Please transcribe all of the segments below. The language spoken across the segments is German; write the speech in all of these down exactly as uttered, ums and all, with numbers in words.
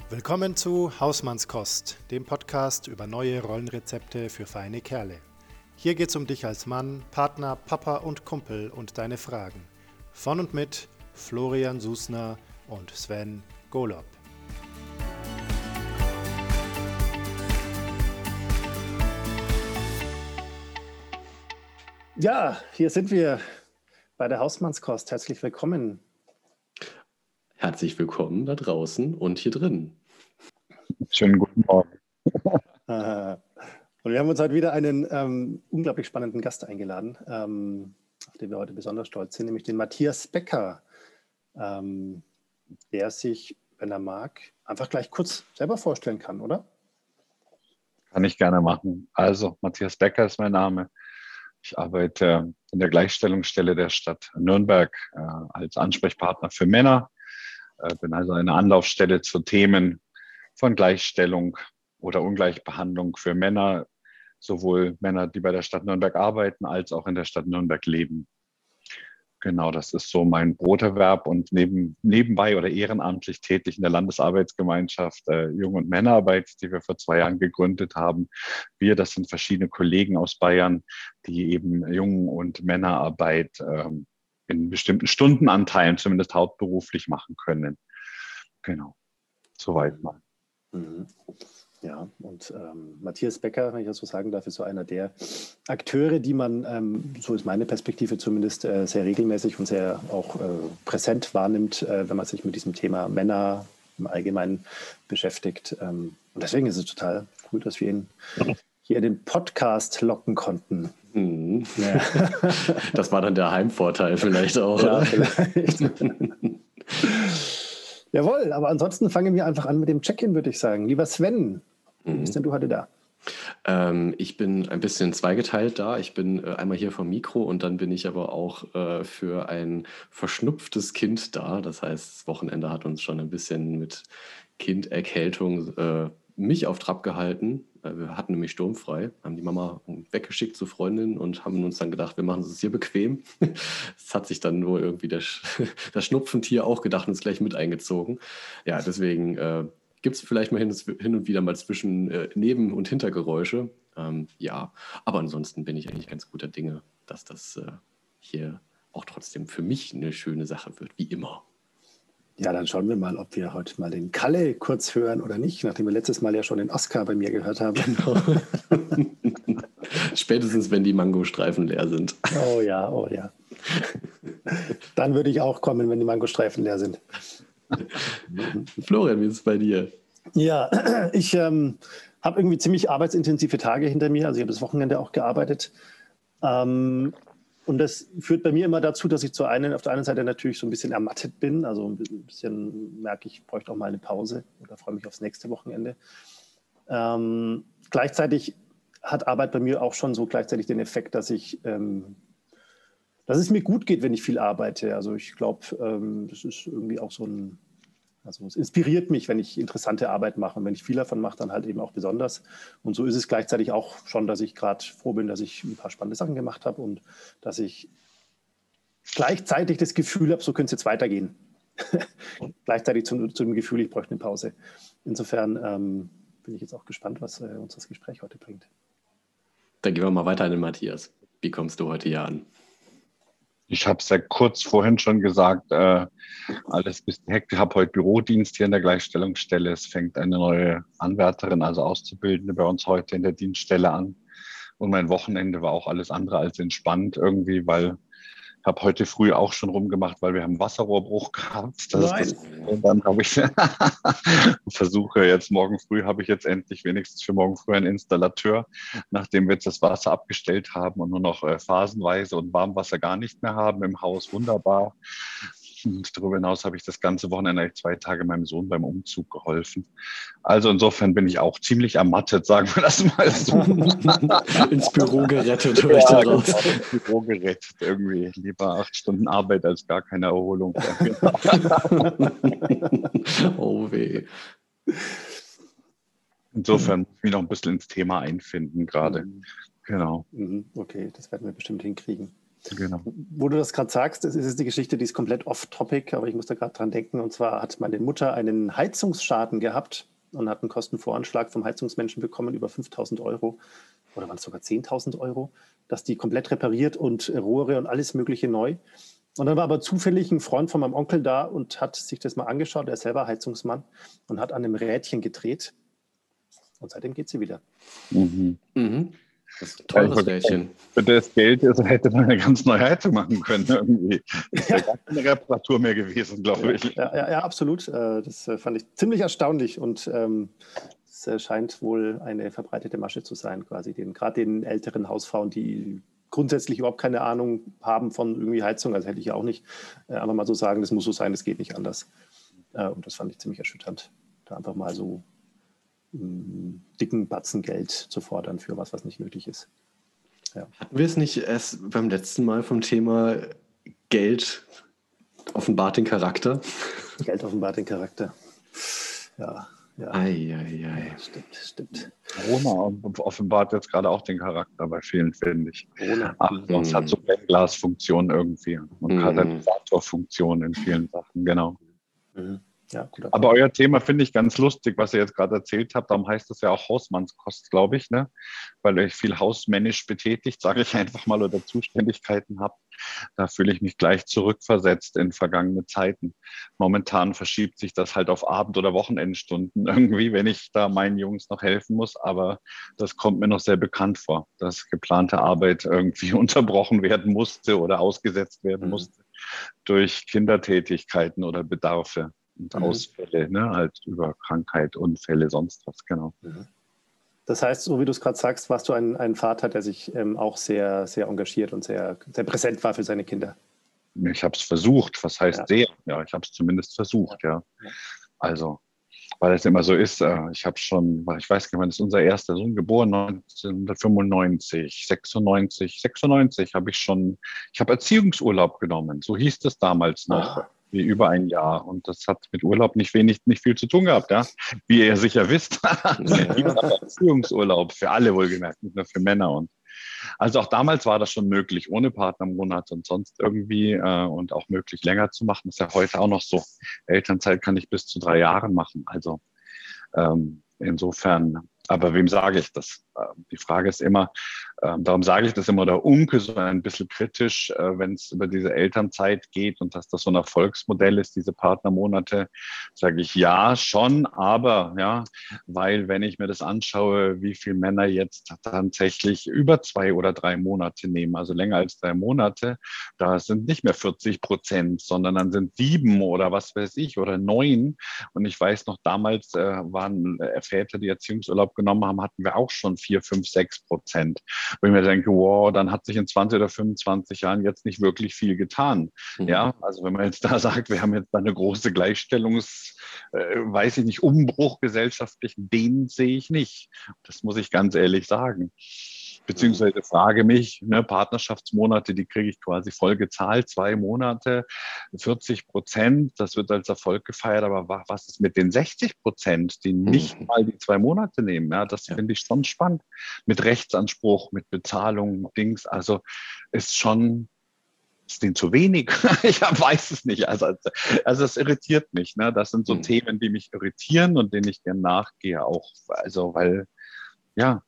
Willkommen zu Hausmannskost, dem Podcast über neue Rollenrezepte für feine Kerle. Hier geht's um dich als Mann, Partner, Papa und Kumpel und deine Fragen. Von und mit Florian Susner und Sven Golob. Ja, hier sind wir bei der Hausmannskost. Herzlich willkommen. Herzlich willkommen da draußen und hier drin. Schönen guten Morgen. Und wir haben uns heute wieder einen ähm, unglaublich spannenden Gast eingeladen, ähm, auf den wir heute besonders stolz sind, nämlich den Matthias Becker, ähm, der sich, wenn er mag, einfach gleich kurz selber vorstellen kann, oder? Kann ich gerne machen. Also, Matthias Becker ist mein Name. Ich arbeite in der Gleichstellungsstelle der Stadt Nürnberg äh, als Ansprechpartner für Männer. Äh, bin also eine Anlaufstelle zu Themen von Gleichstellung oder Ungleichbehandlung für Männer, sowohl Männer, die bei der Stadt Nürnberg arbeiten, als auch in der Stadt Nürnberg leben. Genau, das ist so mein Broterwerb und neben, nebenbei oder ehrenamtlich tätig in der Landesarbeitsgemeinschaft äh, Jung- und Männerarbeit, die wir vor zwei Jahren gegründet haben. Wir, das sind verschiedene Kollegen aus Bayern, die eben Jungen- und Männerarbeit ähm, in bestimmten Stundenanteilen zumindest hauptberuflich machen können. Genau, soweit mal. Mhm. Ja, und ähm, Matthias Becker, wenn ich das so sagen darf, ist so einer der Akteure, die man, ähm, so ist meine Perspektive zumindest, äh, sehr regelmäßig und sehr auch äh, präsent wahrnimmt, äh, wenn man sich mit diesem Thema Männer im Allgemeinen beschäftigt. Ähm, und deswegen ist es total cool, dass wir ihn hier in den Podcast locken konnten. Hm. Ja. Das war dann der Heimvorteil vielleicht auch. Ja, vielleicht. Jawohl, aber ansonsten fangen wir einfach an mit dem Check-in, würde ich sagen. Lieber Sven, wie bist denn du heute da? Ähm, ich bin ein bisschen zweigeteilt da. Ich bin äh, einmal hier vom Mikro und dann bin ich aber auch äh, für ein verschnupftes Kind da. Das heißt, das Wochenende hat uns schon ein bisschen mit Kinderkältung äh, mich auf Trab gehalten. Äh, wir hatten nämlich sturmfrei, haben die Mama weggeschickt zu Freundinnen und haben uns dann gedacht, wir machen es hier bequem. Das hat sich dann wohl irgendwie der Sch- das Schnupfentier auch gedacht und ist gleich mit eingezogen. Ja, deswegen äh, gibt es vielleicht mal hin, hin und wieder mal zwischen äh, Neben- und Hintergeräusche. Ähm, ja, aber ansonsten bin ich eigentlich ganz guter Dinge, dass das äh, hier auch trotzdem für mich eine schöne Sache wird, wie immer. Ja, dann schauen wir mal, ob wir heute mal den Kalle kurz hören oder nicht, nachdem wir letztes Mal ja schon den Oscar bei mir gehört haben. Genau. Spätestens, wenn die Mangostreifen leer sind. Oh ja, oh ja. Dann würde ich auch kommen, wenn die Mangostreifen leer sind. Florian, wie ist es bei dir? Ja, ich ähm, habe irgendwie ziemlich arbeitsintensive Tage hinter mir. Also ich habe das Wochenende auch gearbeitet. Ähm, und das führt bei mir immer dazu, dass ich zur einen, auf der einen Seite natürlich so ein bisschen ermattet bin. Also ein bisschen merke ich, ich bräuchte auch mal eine Pause oder freue mich aufs nächste Wochenende. Ähm, gleichzeitig hat Arbeit bei mir auch schon so gleichzeitig den Effekt, dass ich, ähm, dass es mir gut geht, wenn ich viel arbeite. Also ich glaube, ähm, das ist irgendwie auch so ein, also es inspiriert mich, wenn ich interessante Arbeit mache. Und wenn ich viel davon mache, dann halt eben auch besonders. Und so ist es gleichzeitig auch schon, dass ich gerade froh bin, dass ich ein paar spannende Sachen gemacht habe und dass ich gleichzeitig das Gefühl habe, so könnte es jetzt weitergehen. Gleichzeitig zu, zu dem Gefühl, ich bräuchte eine Pause. Insofern ähm, bin ich jetzt auch gespannt, was äh, uns das Gespräch heute bringt. Dann gehen wir mal weiter an den Matthias. Wie kommst du heute hier an? Ich habe es ja kurz vorhin schon gesagt, äh, alles bisschen hektisch. Ich habe heute Bürodienst hier in der Gleichstellungsstelle. Es fängt eine neue Anwärterin, also Auszubildende bei uns heute in der Dienststelle an. Und mein Wochenende war auch alles andere als entspannt irgendwie, weil ich habe heute früh auch schon rumgemacht, weil wir haben Wasserrohrbruch gehabt. Das Nein. ist das, und dann habe ich versuche jetzt morgen früh, habe ich jetzt endlich wenigstens für morgen früh einen Installateur, nachdem wir jetzt das Wasser abgestellt haben und nur noch äh, phasenweise und Warmwasser gar nicht mehr haben im Haus. Wunderbar. Und darüber hinaus habe ich das ganze Wochenende eigentlich zwei Tage meinem Sohn beim Umzug geholfen. Also insofern bin ich auch ziemlich ermattet, sagen wir das mal so. Ins Büro gerettet, höre ja, ich da genau, raus. ins Büro gerettet irgendwie. Lieber acht Stunden Arbeit als gar keine Erholung. Oh weh. Insofern muss ich mich noch ein bisschen ins Thema einfinden gerade. Mhm. Genau. Mhm. Okay, das werden wir bestimmt hinkriegen. Genau. Wo du das gerade sagst, das ist die Geschichte, die ist komplett off-topic, aber ich muss da gerade dran denken. Und zwar hat meine Mutter einen Heizungsschaden gehabt und hat einen Kostenvoranschlag vom Heizungsmenschen bekommen über fünftausend Euro oder waren es sogar zehntausend Euro, dass die komplett repariert und Rohre und alles Mögliche neu. Und dann war aber zufällig ein Freund von meinem Onkel da und hat sich das mal angeschaut, er ist selber Heizungsmann, und hat an einem Rädchen gedreht. Und seitdem geht sie wieder. Mhm. Mhm. Das ist ein teures Rädchen. Für das Geld also hätte man eine ganz neue Heizung machen können. Irgendwie. Das wäre gar keine Reparatur mehr gewesen, glaube ich. Ja, ja, ja, absolut. Das fand ich ziemlich erstaunlich. Und ähm, es scheint wohl eine verbreitete Masche zu sein, quasi. Den, gerade den älteren Hausfrauen, die grundsätzlich überhaupt keine Ahnung haben von irgendwie Heizung, also hätte ich ja auch nicht, äh, einfach mal so sagen, das muss so sein, das geht nicht anders. Äh, und das fand ich ziemlich erschütternd, da einfach mal so einen dicken Batzen Geld zu fordern für was, was nicht nötig ist. Ja. Hatten wir es nicht erst beim letzten Mal vom Thema Geld offenbart den Charakter? Geld offenbart den Charakter. Ja, ja. Ei, ei, ei. Ja, stimmt, stimmt. Corona offenbart jetzt gerade auch den Charakter bei vielen, finde ich. Corona. Ach, es hat so Brennglasfunktion irgendwie und Mhm. Katalysatorfunktion in vielen Sachen, genau. Mhm. Ja, gut. Aber euer Thema finde ich ganz lustig, was ihr jetzt gerade erzählt habt. Darum heißt es ja auch Hausmannskost, glaube ich, ne? Weil ihr euch viel hausmännisch betätigt, sage ich einfach mal, oder Zuständigkeiten habt. Da fühle ich mich gleich zurückversetzt in vergangene Zeiten. Momentan verschiebt sich das halt auf Abend- oder Wochenendstunden irgendwie, wenn ich da meinen Jungs noch helfen muss. Aber das kommt mir noch sehr bekannt vor, dass geplante Arbeit irgendwie unterbrochen werden musste oder ausgesetzt werden Mhm. musste durch Kindertätigkeiten oder Bedarfe. Und Mhm. Ausfälle, ne, halt über Krankheit, Unfälle, sonst was, genau. Das heißt, so wie du es gerade sagst, warst du ein, ein Vater, der sich ähm, auch sehr, sehr engagiert und sehr, sehr präsent war für seine Kinder. Ich habe es versucht, was heißt Ja. sehr? Ja, ich habe es zumindest versucht, ja. Ja. Also, weil es immer so ist, äh, ich habe schon, ich weiß gar nicht, wann ist unser erster Sohn geboren, neunzehnhundertfünfundneunzig, sechsundneunzig, sechsundneunzig habe ich schon, ich habe Erziehungsurlaub genommen, so hieß es damals noch. Ah. Wie über ein Jahr. Und das hat mit Urlaub nicht wenig, nicht viel zu tun gehabt, ja. Wie ihr sicher wisst. Erziehungsurlaub für alle wohlgemerkt, nicht nur für Männer. Und also auch damals war das schon möglich, ohne Partnermonat und sonst irgendwie äh, und auch möglich länger zu machen. Das ist ja heute auch noch so. Elternzeit kann ich bis zu drei Jahren machen. Also ähm, insofern, aber wem sage ich das? Ähm, die Frage ist immer, ähm, darum sage ich das immer der Unke so ein bisschen kritisch, äh, wenn es über diese Elternzeit geht und dass das so ein Erfolgsmodell ist, diese Partnermonate, sage ich ja, schon, aber ja, weil wenn ich mir das anschaue, wie viele Männer jetzt tatsächlich über zwei oder drei Monate nehmen, also länger als drei Monate, da sind nicht mehr vierzig Prozent, sondern dann sind sieben oder was weiß ich oder neun. Und ich weiß noch, damals äh, waren äh, Väter, die Erziehungsurlaub genommen haben, hatten wir auch schon vier, fünf, sechs Prozent. Wo ich mir denke, wow, dann hat sich in zwanzig oder fünfundzwanzig Jahren jetzt nicht wirklich viel getan. Mhm. Ja, also wenn man jetzt da sagt, wir haben jetzt eine große Gleichstellungs, äh, weiß ich nicht, Umbruch gesellschaftlich, den sehe ich nicht. Das muss ich ganz ehrlich sagen. Beziehungsweise frage mich, ne, Partnerschaftsmonate, die kriege ich quasi voll gezahlt, zwei Monate, vierzig Prozent, das wird als Erfolg gefeiert, aber wa- was ist mit den sechzig Prozent, die nicht Mhm. mal die zwei Monate nehmen? Ja, das Ja. finde ich schon spannend. Mit Rechtsanspruch, mit Bezahlung, Dings, also ist schon, ist denen zu wenig? Ich hab- weiß es nicht. Also, also es irritiert mich. Ne? Das sind so Mhm. Themen, die mich irritieren und denen ich gerne nachgehe auch. Also, weil, ja,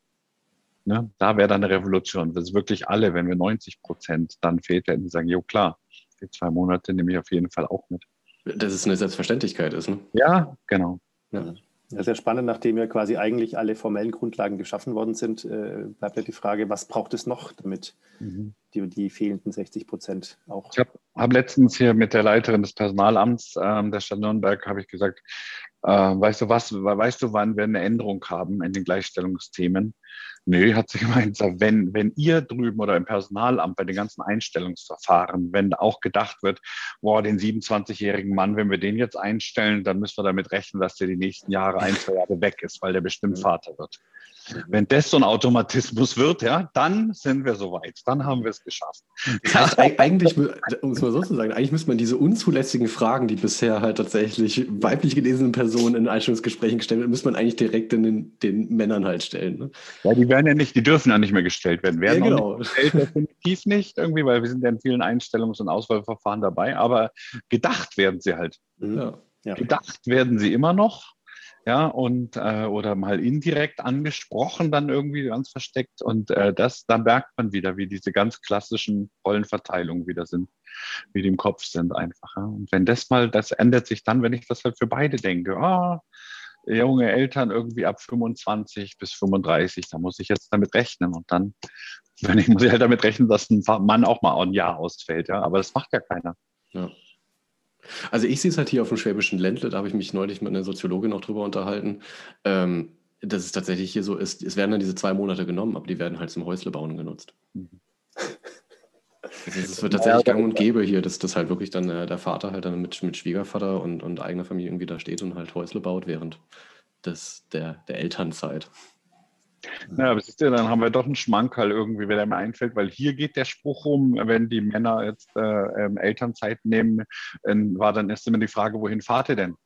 ne, da wäre dann eine Revolution. Das ist wirklich alle, wenn wir neunzig Prozent dann Väter hätten, die sagen, jo klar, die zwei Monate nehme ich auf jeden Fall auch mit. Dass es eine Selbstverständlichkeit ist, ne? Ja, genau. Ja. Ja, sehr spannend, nachdem ja quasi eigentlich alle formellen Grundlagen geschaffen worden sind, äh, bleibt ja die Frage, was braucht es noch, damit Mhm. die, die fehlenden sechzig Prozent auch. Ich habe hab letztens hier mit der Leiterin des Personalamts ähm, der Stadt Nürnberg, habe ich gesagt, äh, weißt du was, weißt du, wann wir eine Änderung haben in den Gleichstellungsthemen? Nö, hat sie gemeint, sagt, wenn, wenn ihr drüben oder im Personalamt bei den ganzen Einstellungsverfahren, wenn auch gedacht wird, boah, den siebenundzwanzigjährigen Mann, wenn wir den jetzt einstellen, dann müssen wir damit rechnen, dass der die nächsten Jahre, ein, zwei Jahre weg ist, weil der bestimmt Mhm. Vater wird. Wenn das so ein Automatismus wird, ja, dann sind wir soweit. Dann haben wir es geschafft. Das heißt, eig- eigentlich, mü- um es mal so zu sagen, eigentlich müsste man diese unzulässigen Fragen, die bisher halt tatsächlich weiblich gelesenen Personen in Einstellungsgesprächen gestellt werden, müsste man eigentlich direkt in den, den Männern halt stellen. Ne? Ja, die werden ja nicht, die dürfen ja nicht mehr gestellt werden. Werden Ja, auch genau. nicht gestellt, definitiv nicht irgendwie, weil wir sind ja in vielen Einstellungs- und Auswahlverfahren dabei, aber gedacht werden sie halt. Mhm. Ja. Ja. Gedacht werden sie immer noch, ja, und äh, oder mal indirekt angesprochen dann irgendwie ganz versteckt. Und äh, das, da merkt man wieder, wie diese ganz klassischen Rollenverteilungen wieder sind, wie die im Kopf sind einfach. Ja. Und wenn das mal, das ändert sich dann, wenn ich das halt für beide denke, ah, junge Eltern irgendwie ab fünfundzwanzig bis fünfunddreißig, da muss ich jetzt damit rechnen. Und dann, wenn ich muss ich halt damit rechnen, dass ein Mann auch mal ein Jahr ausfällt, ja. Aber das macht ja keiner. Ja. Also ich sehe es halt hier auf dem Schwäbischen Ländle, da habe ich mich neulich mit einer Soziologin noch drüber unterhalten, ähm, dass es tatsächlich hier so ist, es werden dann diese zwei Monate genommen, aber die werden halt zum Häuslebauen genutzt. Also es wird tatsächlich gang und gäbe hier, dass das halt wirklich dann äh, der Vater halt dann mit, mit Schwiegervater und, und eigener Familie irgendwie da steht und halt Häusle baut während des, der, der Elternzeit. Ja, aber siehst du, dann haben wir doch einen Schmankerl irgendwie, wer mir einfällt, weil hier geht der Spruch rum, wenn die Männer jetzt äh, ähm, Elternzeit nehmen, äh, war dann erst immer die Frage, wohin fahrt ihr denn?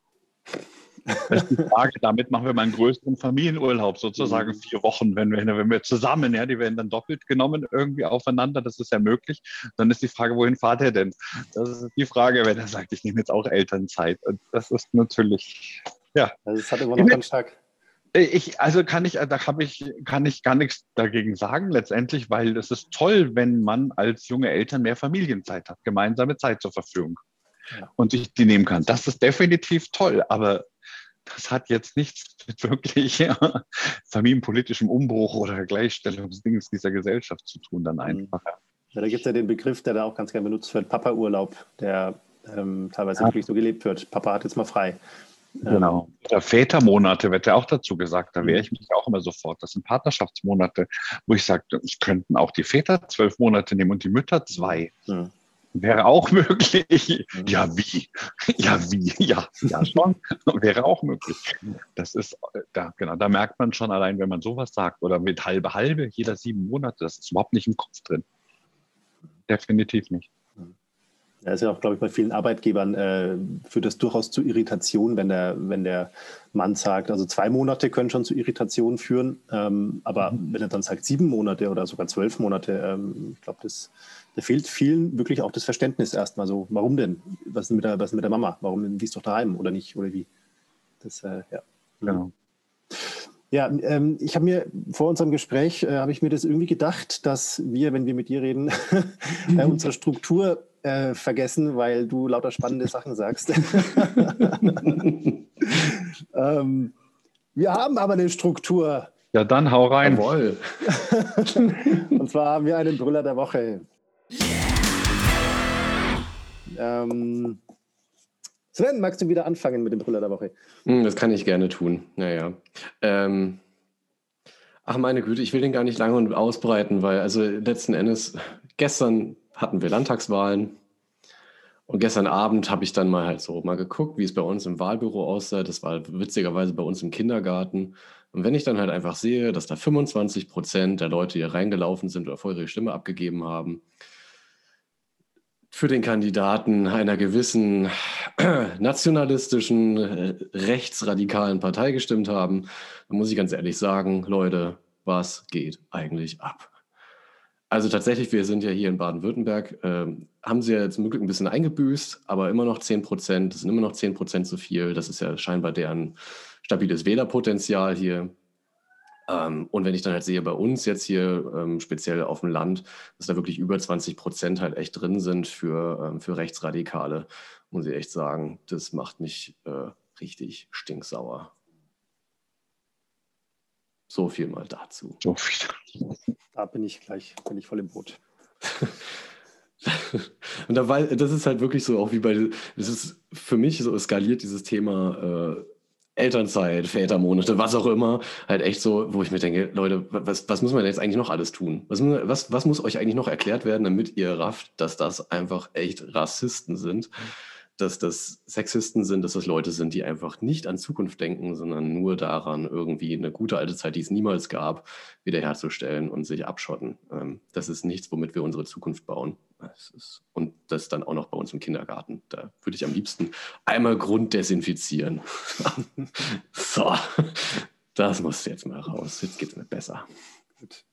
Das ist die Frage, damit machen wir mal einen größeren Familienurlaub, sozusagen Mhm. vier Wochen, wenn wir, wenn wir zusammen, ja, die werden dann doppelt genommen irgendwie aufeinander, das ist ja möglich. Dann ist die Frage, wohin fahrt ihr denn? Das ist die Frage, wenn er sagt, ich nehme jetzt auch Elternzeit. Und das ist natürlich, ja. Also es hat immer noch ganz stark. Ich, also kann ich, da habe ich, kann ich gar nichts dagegen sagen letztendlich, weil es ist toll, wenn man als junge Eltern mehr Familienzeit hat, gemeinsame Zeit zur Verfügung Ja. und sich die nehmen kann. Das ist definitiv toll, aber das hat jetzt nichts mit wirklich ja, familienpolitischem Umbruch oder Gleichstellungsdings dieser Gesellschaft zu tun, dann einfach. Ja, da gibt es ja den Begriff, der da auch ganz gerne benutzt wird, Papa-Urlaub, der ähm, teilweise ja. wirklich so gelebt wird. Papa hat jetzt mal frei. Genau. Oder Vätermonate wird ja auch dazu gesagt. Da wehre ich mich auch immer sofort. Das sind Partnerschaftsmonate, wo ich sage, ich könnten auch die Väter zwölf Monate nehmen und die Mütter zwei. Mhm. Wäre auch möglich. Mhm. Ja, wie? Ja, wie? Ja, ja, schon. Wäre auch möglich. Das ist, da, genau, da merkt man schon allein, wenn man sowas sagt. Oder mit halbe, halbe, jeder sieben Monate. Das ist überhaupt nicht im Kopf drin. Definitiv nicht. Ja, ist ja auch, glaube ich, bei vielen Arbeitgebern äh, führt das durchaus zu Irritation, wenn der, wenn der Mann sagt, also zwei Monate können schon zu Irritationen führen, ähm, aber mhm. wenn er dann sagt sieben Monate oder sogar zwölf Monate, ähm, ich glaube, das, da fehlt vielen wirklich auch das Verständnis erstmal so, warum denn? Was ist mit der, was ist mit der Mama? Warum, die ist doch daheim oder nicht? Oder wie? Das, äh, ja. Genau. Ja, ähm, ich habe mir vor unserem Gespräch, äh, habe ich mir das irgendwie gedacht, dass wir, wenn wir mit dir reden, äh, unsere Struktur äh, vergessen, weil du lauter spannende Sachen sagst. ähm, wir haben aber eine Struktur. Ja, dann hau rein. Jawohl. Und zwar haben wir einen Brüller der Woche. Ähm, Sven, magst du wieder anfangen mit dem Brüller der Woche? Das kann ich gerne tun. Naja. Ähm, ach meine Güte, ich will den gar nicht lange ausbreiten, weil also letzten Endes, gestern hatten wir Landtagswahlen und gestern Abend habe ich dann mal halt so mal geguckt, wie es bei uns im Wahlbüro aussah. Das war witzigerweise bei uns im Kindergarten. Und wenn ich dann halt einfach sehe, dass da fünfundzwanzig Prozent der Leute hier reingelaufen sind oder vorher ihre Stimme abgegeben haben, für den Kandidaten einer gewissen nationalistischen, rechtsradikalen Partei gestimmt haben, dann muss ich ganz ehrlich sagen, Leute, was geht eigentlich ab? Also tatsächlich, wir sind ja hier in Baden-Württemberg, äh, haben sie ja zum Glück ein bisschen eingebüßt, aber immer noch zehn Prozent, das sind immer noch zehn Prozent zu viel. Das ist ja scheinbar deren stabiles Wählerpotenzial hier. Ähm, und wenn ich dann halt sehe, bei uns jetzt hier ähm, speziell auf dem Land, dass da wirklich über zwanzig Prozent halt echt drin sind für, ähm, für Rechtsradikale, muss ich echt sagen, das macht mich äh, richtig stinksauer. So viel mal dazu. So viel. Da bin ich gleich, bin ich voll im Boot. Und da war, das ist halt wirklich so, auch wie bei, das ist für mich so eskaliert, dieses Thema äh, Elternzeit, Vätermonate, was auch immer, halt echt so, wo ich mir denke, Leute, was, was muss man jetzt eigentlich noch alles tun? Was, was, was muss euch eigentlich noch erklärt werden, damit ihr rafft, dass das einfach echt Rassisten sind, dass das Sexisten sind, dass das Leute sind, die einfach nicht an Zukunft denken, sondern nur daran, irgendwie eine gute alte Zeit, die es niemals gab, wiederherzustellen und sich abschotten. Das ist nichts, womit wir unsere Zukunft bauen. Das ist, und das dann auch noch bei uns im Kindergarten. Da würde ich am liebsten einmal grunddesinfizieren. So. Das muss jetzt mal raus. Jetzt geht es mir besser. Gut.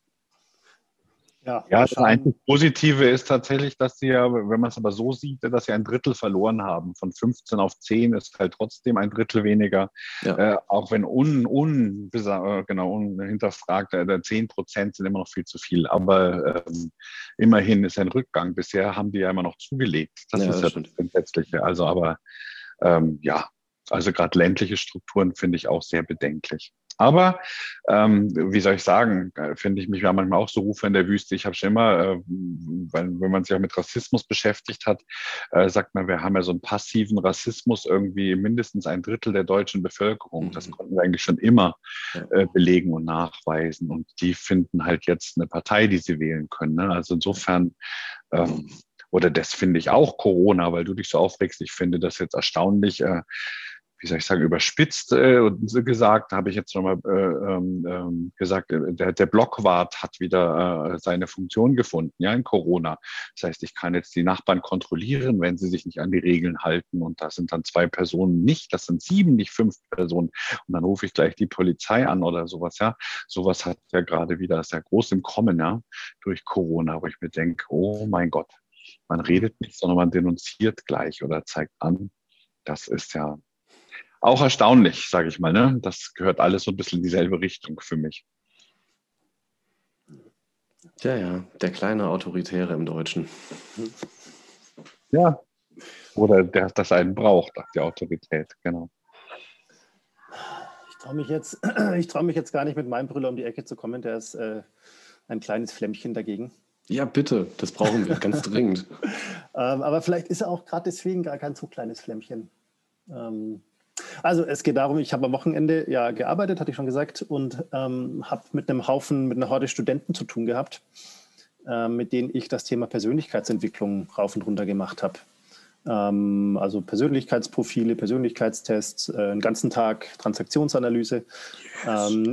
Ja, Ja, wir das schauen. einzig Positive ist tatsächlich, dass sie ja, wenn man es aber so sieht, dass sie ein Drittel verloren haben. Von fünfzehn auf zehn ist halt trotzdem ein Drittel weniger. Ja. Äh, auch wenn un, un, äh, genau, unhinterfragt, äh, zehn Prozent sind immer noch viel zu viel. Aber ähm, immerhin ist ein Rückgang. Bisher haben die ja immer noch zugelegt. Das Ja, ist das ja stimmt. das Grundsätzliche. Also, aber ähm, ja, also gerade ländliche Strukturen finde ich auch sehr bedenklich. Aber ähm, wie soll ich sagen, äh, finde ich mich ja manchmal auch so Rufe in der Wüste. Ich habe schon immer, äh, wenn, wenn man sich auch mit Rassismus beschäftigt hat, äh, sagt man, wir haben ja so einen passiven Rassismus irgendwie mindestens ein Drittel der deutschen Bevölkerung. Das Mhm. konnten wir eigentlich schon immer Ja. äh, belegen und nachweisen. Und die finden halt jetzt eine Partei, die sie wählen können. Ne? Also insofern, ähm, oder das finde ich auch Corona, weil du dich so aufregst. Ich finde das jetzt erstaunlich. Äh, wie soll ich sagen, überspitzt äh, gesagt, habe ich jetzt nochmal äh, ähm, gesagt, der, der Blockwart hat wieder äh, seine Funktion gefunden, ja, in Corona. Das heißt, ich kann jetzt die Nachbarn kontrollieren, wenn sie sich nicht an die Regeln halten. Und das sind dann zwei Personen nicht, das sind sieben, nicht fünf Personen. Und dann rufe ich gleich die Polizei an oder sowas, ja. Sowas hat ja gerade wieder, ist ja groß im Kommen, ja, durch Corona, wo ich mir denke, oh mein Gott, man redet nicht, sondern man denunziert gleich oder zeigt an. Das ist ja auch erstaunlich, sage ich mal. Ne? Das gehört alles so ein bisschen in dieselbe Richtung für mich. Ja, ja, der kleine Autoritäre im Deutschen. Ja, oder der, das einen braucht, die Autorität, genau. Ich traue mich, jetzt, ich trau mich jetzt gar nicht mit meinem Brüller um die Ecke zu kommen. Der ist äh, ein kleines Flämmchen dagegen. Ja, bitte, das brauchen wir ganz dringend. Ähm, aber vielleicht ist er auch gerade deswegen gar kein so kleines Flämmchen. Ähm, also es geht darum, ich habe am Wochenende ja gearbeitet, hatte ich schon gesagt, und ähm, habe mit einem Haufen, mit einer Horde Studenten zu tun gehabt, äh, mit denen ich das Thema Persönlichkeitsentwicklung rauf und runter gemacht habe. Ähm, also Persönlichkeitsprofile, Persönlichkeitstests, äh, einen ganzen Tag Transaktionsanalyse. Yes. Ähm,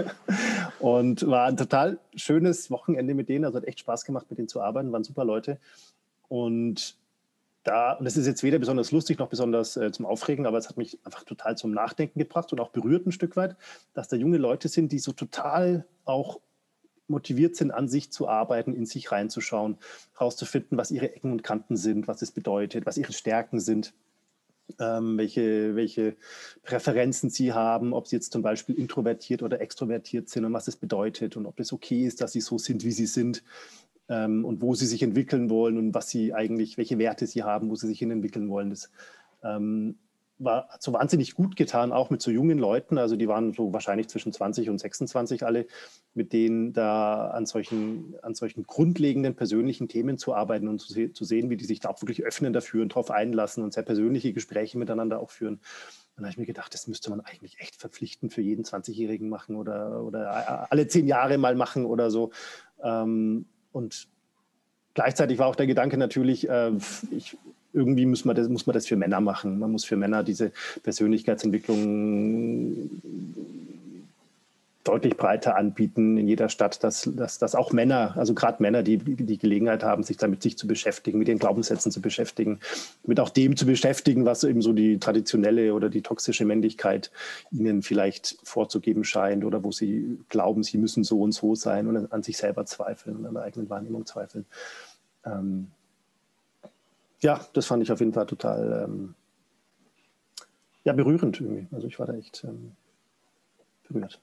und war ein total schönes Wochenende mit denen, also hat echt Spaß gemacht, mit denen zu arbeiten, waren super Leute. Und da, und das ist jetzt weder besonders lustig noch besonders äh, zum Aufregen, aber es hat mich einfach total zum Nachdenken gebracht und auch berührt ein Stück weit, dass da junge Leute sind, die so total auch motiviert sind, an sich zu arbeiten, in sich reinzuschauen, herauszufinden, was ihre Ecken und Kanten sind, was es bedeutet, was ihre Stärken sind, ähm, welche, welche Präferenzen sie haben, ob sie jetzt zum Beispiel introvertiert oder extrovertiert sind und was es bedeutet und ob es okay ist, dass sie so sind, wie sie sind. Und wo sie sich entwickeln wollen und was sie eigentlich, welche Werte sie haben, wo sie sich hin entwickeln wollen. Das ähm, war, hat so wahnsinnig gut getan, auch mit so jungen Leuten. Also die waren so wahrscheinlich zwischen zwanzig und sechsundzwanzig alle, mit denen da an solchen, an solchen grundlegenden persönlichen Themen zu arbeiten und zu, se- zu sehen, wie die sich da auch wirklich öffnen dafür und darauf einlassen und sehr persönliche Gespräche miteinander auch führen. Dann habe ich mir gedacht, das müsste man eigentlich echt verpflichtend für jeden zwanzigjährigen machen oder, oder alle zehn Jahre mal machen oder so. Ähm, Und gleichzeitig war auch der Gedanke natürlich, äh, ich, irgendwie muss man, das, muss man das für Männer machen. Man muss für Männer diese Persönlichkeitsentwicklung deutlich breiter anbieten in jeder Stadt, dass, dass, dass auch Männer, also gerade Männer, die die Gelegenheit haben, sich damit sich zu beschäftigen, mit den Glaubenssätzen zu beschäftigen, mit auch dem zu beschäftigen, was eben so die traditionelle oder die toxische Männlichkeit ihnen vielleicht vorzugeben scheint oder wo sie glauben, sie müssen so und so sein und an sich selber zweifeln und an der eigenen Wahrnehmung zweifeln. Ähm ja, das fand ich auf jeden Fall total ähm, ja, berührend irgendwie. Also ich war da echt ähm, berührt.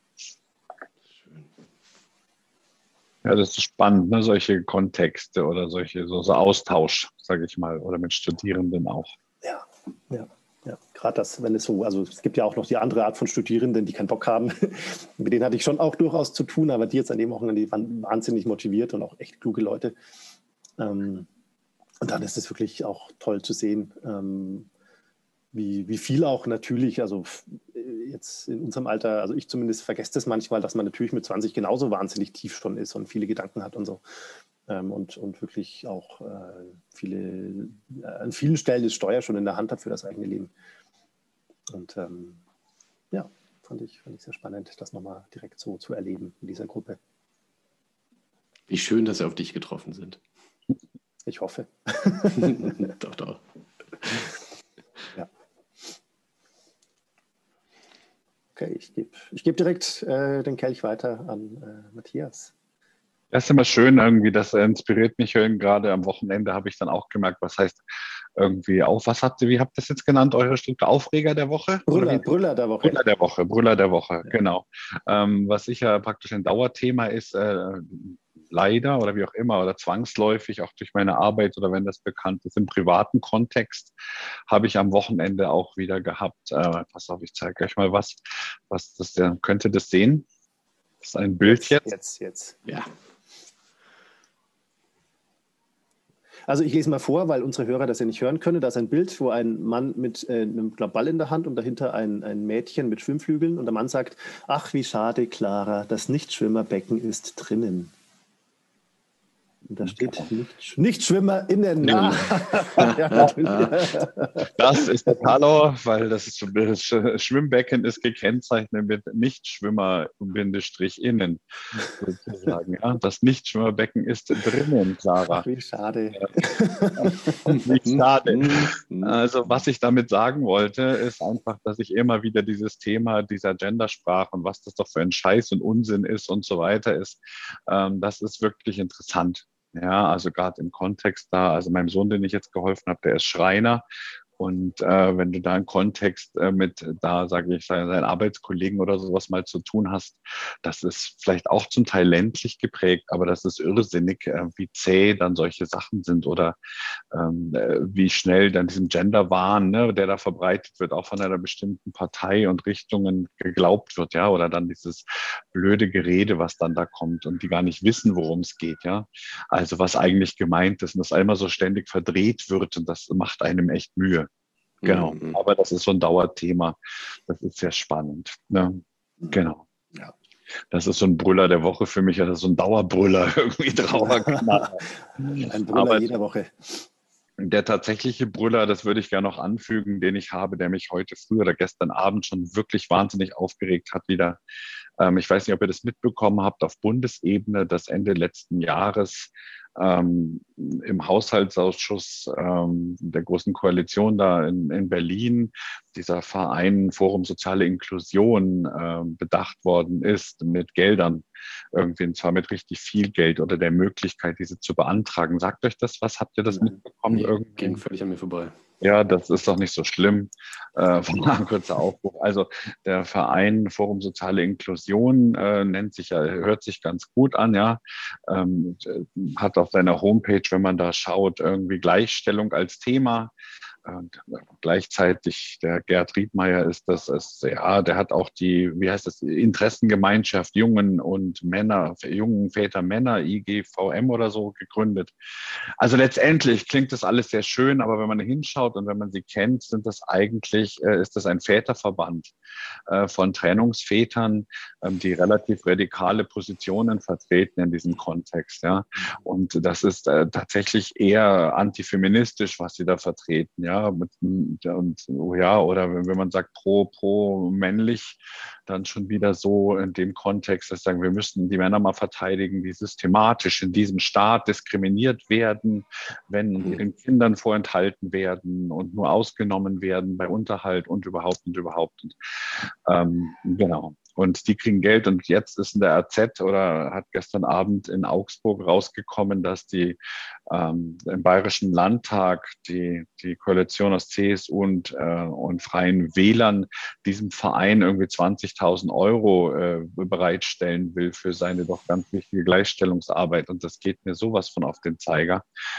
Ja, das ist spannend, ne? Solche Kontexte oder solche so, so Austausch, sage ich mal, oder mit Studierenden auch. Ja, ja, ja. Gerade das, wenn es so, also es gibt ja auch noch die andere Art von Studierenden, die keinen Bock haben. Mit denen hatte ich schon auch durchaus zu tun, aber die jetzt an dem Wochenende, die waren wahnsinnig motiviert und auch echt kluge Leute. Ähm, und dann ist es wirklich auch toll zu sehen, ähm, wie, wie viel auch natürlich, also jetzt in unserem Alter, also ich zumindest vergesse das manchmal, dass man natürlich mit zwanzig genauso wahnsinnig tief schon ist und viele Gedanken hat und so. Ähm, und, und wirklich auch äh, viele, äh, an vielen Stellen das Steuer schon in der Hand hat für das eigene Leben. Und ähm, ja, fand ich, fand ich sehr spannend, das nochmal direkt so zu erleben in dieser Gruppe. Wie schön, dass sie auf dich getroffen sind. Ich hoffe. Doch, doch. Ja. Okay. Okay, ich gebe ich geb direkt äh, den Kelch weiter an äh, Matthias. Das ist immer schön irgendwie, das inspiriert mich gerade am Wochenende, habe ich dann auch gemerkt, was heißt irgendwie auf, was habt ihr, wie habt ihr das jetzt genannt, eure Stücke? Aufreger der Woche? Brüller, Brüller der Woche. Brüller der Woche, Brüller der Woche, Ja. genau. Ähm, was sicher praktisch ein Dauerthema ist, äh, leider oder wie auch immer oder zwangsläufig, auch durch meine Arbeit oder wenn das bekannt ist, im privaten Kontext, habe ich am Wochenende auch wieder gehabt. Äh, pass auf, ich zeige euch mal was, was das denn, könnt ihr das sehen? Das ist ein Bild jetzt. Jetzt, jetzt. Ja. Also ich lese mal vor, weil unsere Hörer das ja nicht hören können. Da ist ein Bild, wo ein Mann mit äh, einem glaub, Ball in der Hand und dahinter ein, ein Mädchen mit Schwimmflügeln. Und der Mann sagt, ach wie schade, Clara, das Nichtschwimmerbecken ist drinnen. Und da steht nicht, NichtschwimmerInnen. Ah. Ja, das ist der Talor, weil das, ist, das Schwimmbecken ist gekennzeichnet mit Nichtschwimmer-Innen sozusagen. Ja, das Nichtschwimmerbecken ist drinnen, Clara. Ach, wie schade. Nicht schade. Also was ich damit sagen wollte, ist einfach, dass ich immer wieder dieses Thema dieser Gendersprache und was das doch für ein Scheiß und Unsinn ist und so weiter ist, ähm, das ist wirklich interessant. Ja, also gerade im Kontext da, also meinem Sohn, den ich jetzt geholfen habe, der ist Schreiner. Und äh, wenn du da einen Kontext äh, mit, da sage ich, seinen Arbeitskollegen oder sowas mal zu tun hast, das ist vielleicht auch zum Teil ländlich geprägt, aber das ist irrsinnig, äh, wie zäh dann solche Sachen sind oder ähm, äh, wie schnell dann diesem Genderwahn, ne, der da verbreitet wird, auch von einer bestimmten Partei und Richtungen geglaubt wird, ja, oder dann dieses blöde Gerede, was dann da kommt und die gar nicht wissen, worum es geht, ja. Also was eigentlich gemeint ist und das einmal so ständig verdreht wird und das macht einem echt Mühe. Genau, mhm. Aber das ist so ein Dauerthema. Das ist sehr spannend. Ne? Genau. Ja. Das ist so ein Brüller der Woche für mich, also so ein Dauerbrüller, irgendwie Trauerknaller. Ein Brüller aber jeder Woche. Der tatsächliche Brüller, das würde ich gerne noch anfügen, den ich habe, der mich heute früh oder gestern Abend schon wirklich wahnsinnig aufgeregt hat wieder. Ähm, ich weiß nicht, ob ihr das mitbekommen habt, auf Bundesebene, dass Ende letzten Jahres ähm, im Haushaltsausschuss ähm, der Großen Koalition da in, in Berlin dieser Verein Forum Soziale Inklusion äh, bedacht worden ist mit Geldern, irgendwie, und zwar mit richtig viel Geld oder der Möglichkeit, diese zu beantragen. Sagt euch das was? Habt ihr das mitbekommen? Nee, irgendwie? Ging völlig an mir vorbei. Ja, das ist doch nicht so schlimm. Äh, ein kurzer Aufruf. Also der Verein Forum Soziale Inklusion äh, nennt sich ja, hört sich ganz gut an, ja. Ähm, hat auf seiner Homepage, wenn man da schaut, irgendwie Gleichstellung als Thema. Und gleichzeitig der Gerd Riedmeier ist das, ist, ja, der hat auch die, wie heißt das, Interessengemeinschaft Jungen und Männer, Jungen Väter Männer, I G V M oder so gegründet. Also letztendlich klingt das alles sehr schön, aber wenn man hinschaut und wenn man sie kennt, sind das eigentlich, äh, ist das ein Väterverband äh, von Trennungsvätern, ähm, die relativ radikale Positionen vertreten in diesem Kontext, ja. Und das ist äh, tatsächlich eher antifeministisch, was sie da vertreten, ja. Ja, mit, und, ja, oder wenn man sagt pro, pro männlich, dann schon wieder so in dem Kontext, dass sagen, wir müssen die Männer mal verteidigen, die systematisch in diesem Staat diskriminiert werden, wenn ihren Kindern vorenthalten werden und nur ausgenommen werden bei Unterhalt und überhaupt und überhaupt. Und, ähm, genau. Und die kriegen Geld und jetzt ist in der A Z oder hat gestern Abend in Augsburg rausgekommen, dass die ähm, im Bayerischen Landtag die, die Koalition aus C S U und, äh, und Freien Wählern diesem Verein irgendwie zwanzigtausend Euro äh, bereitstellen will für seine doch ganz wichtige Gleichstellungsarbeit. Und das geht mir sowas von auf den Zeiger.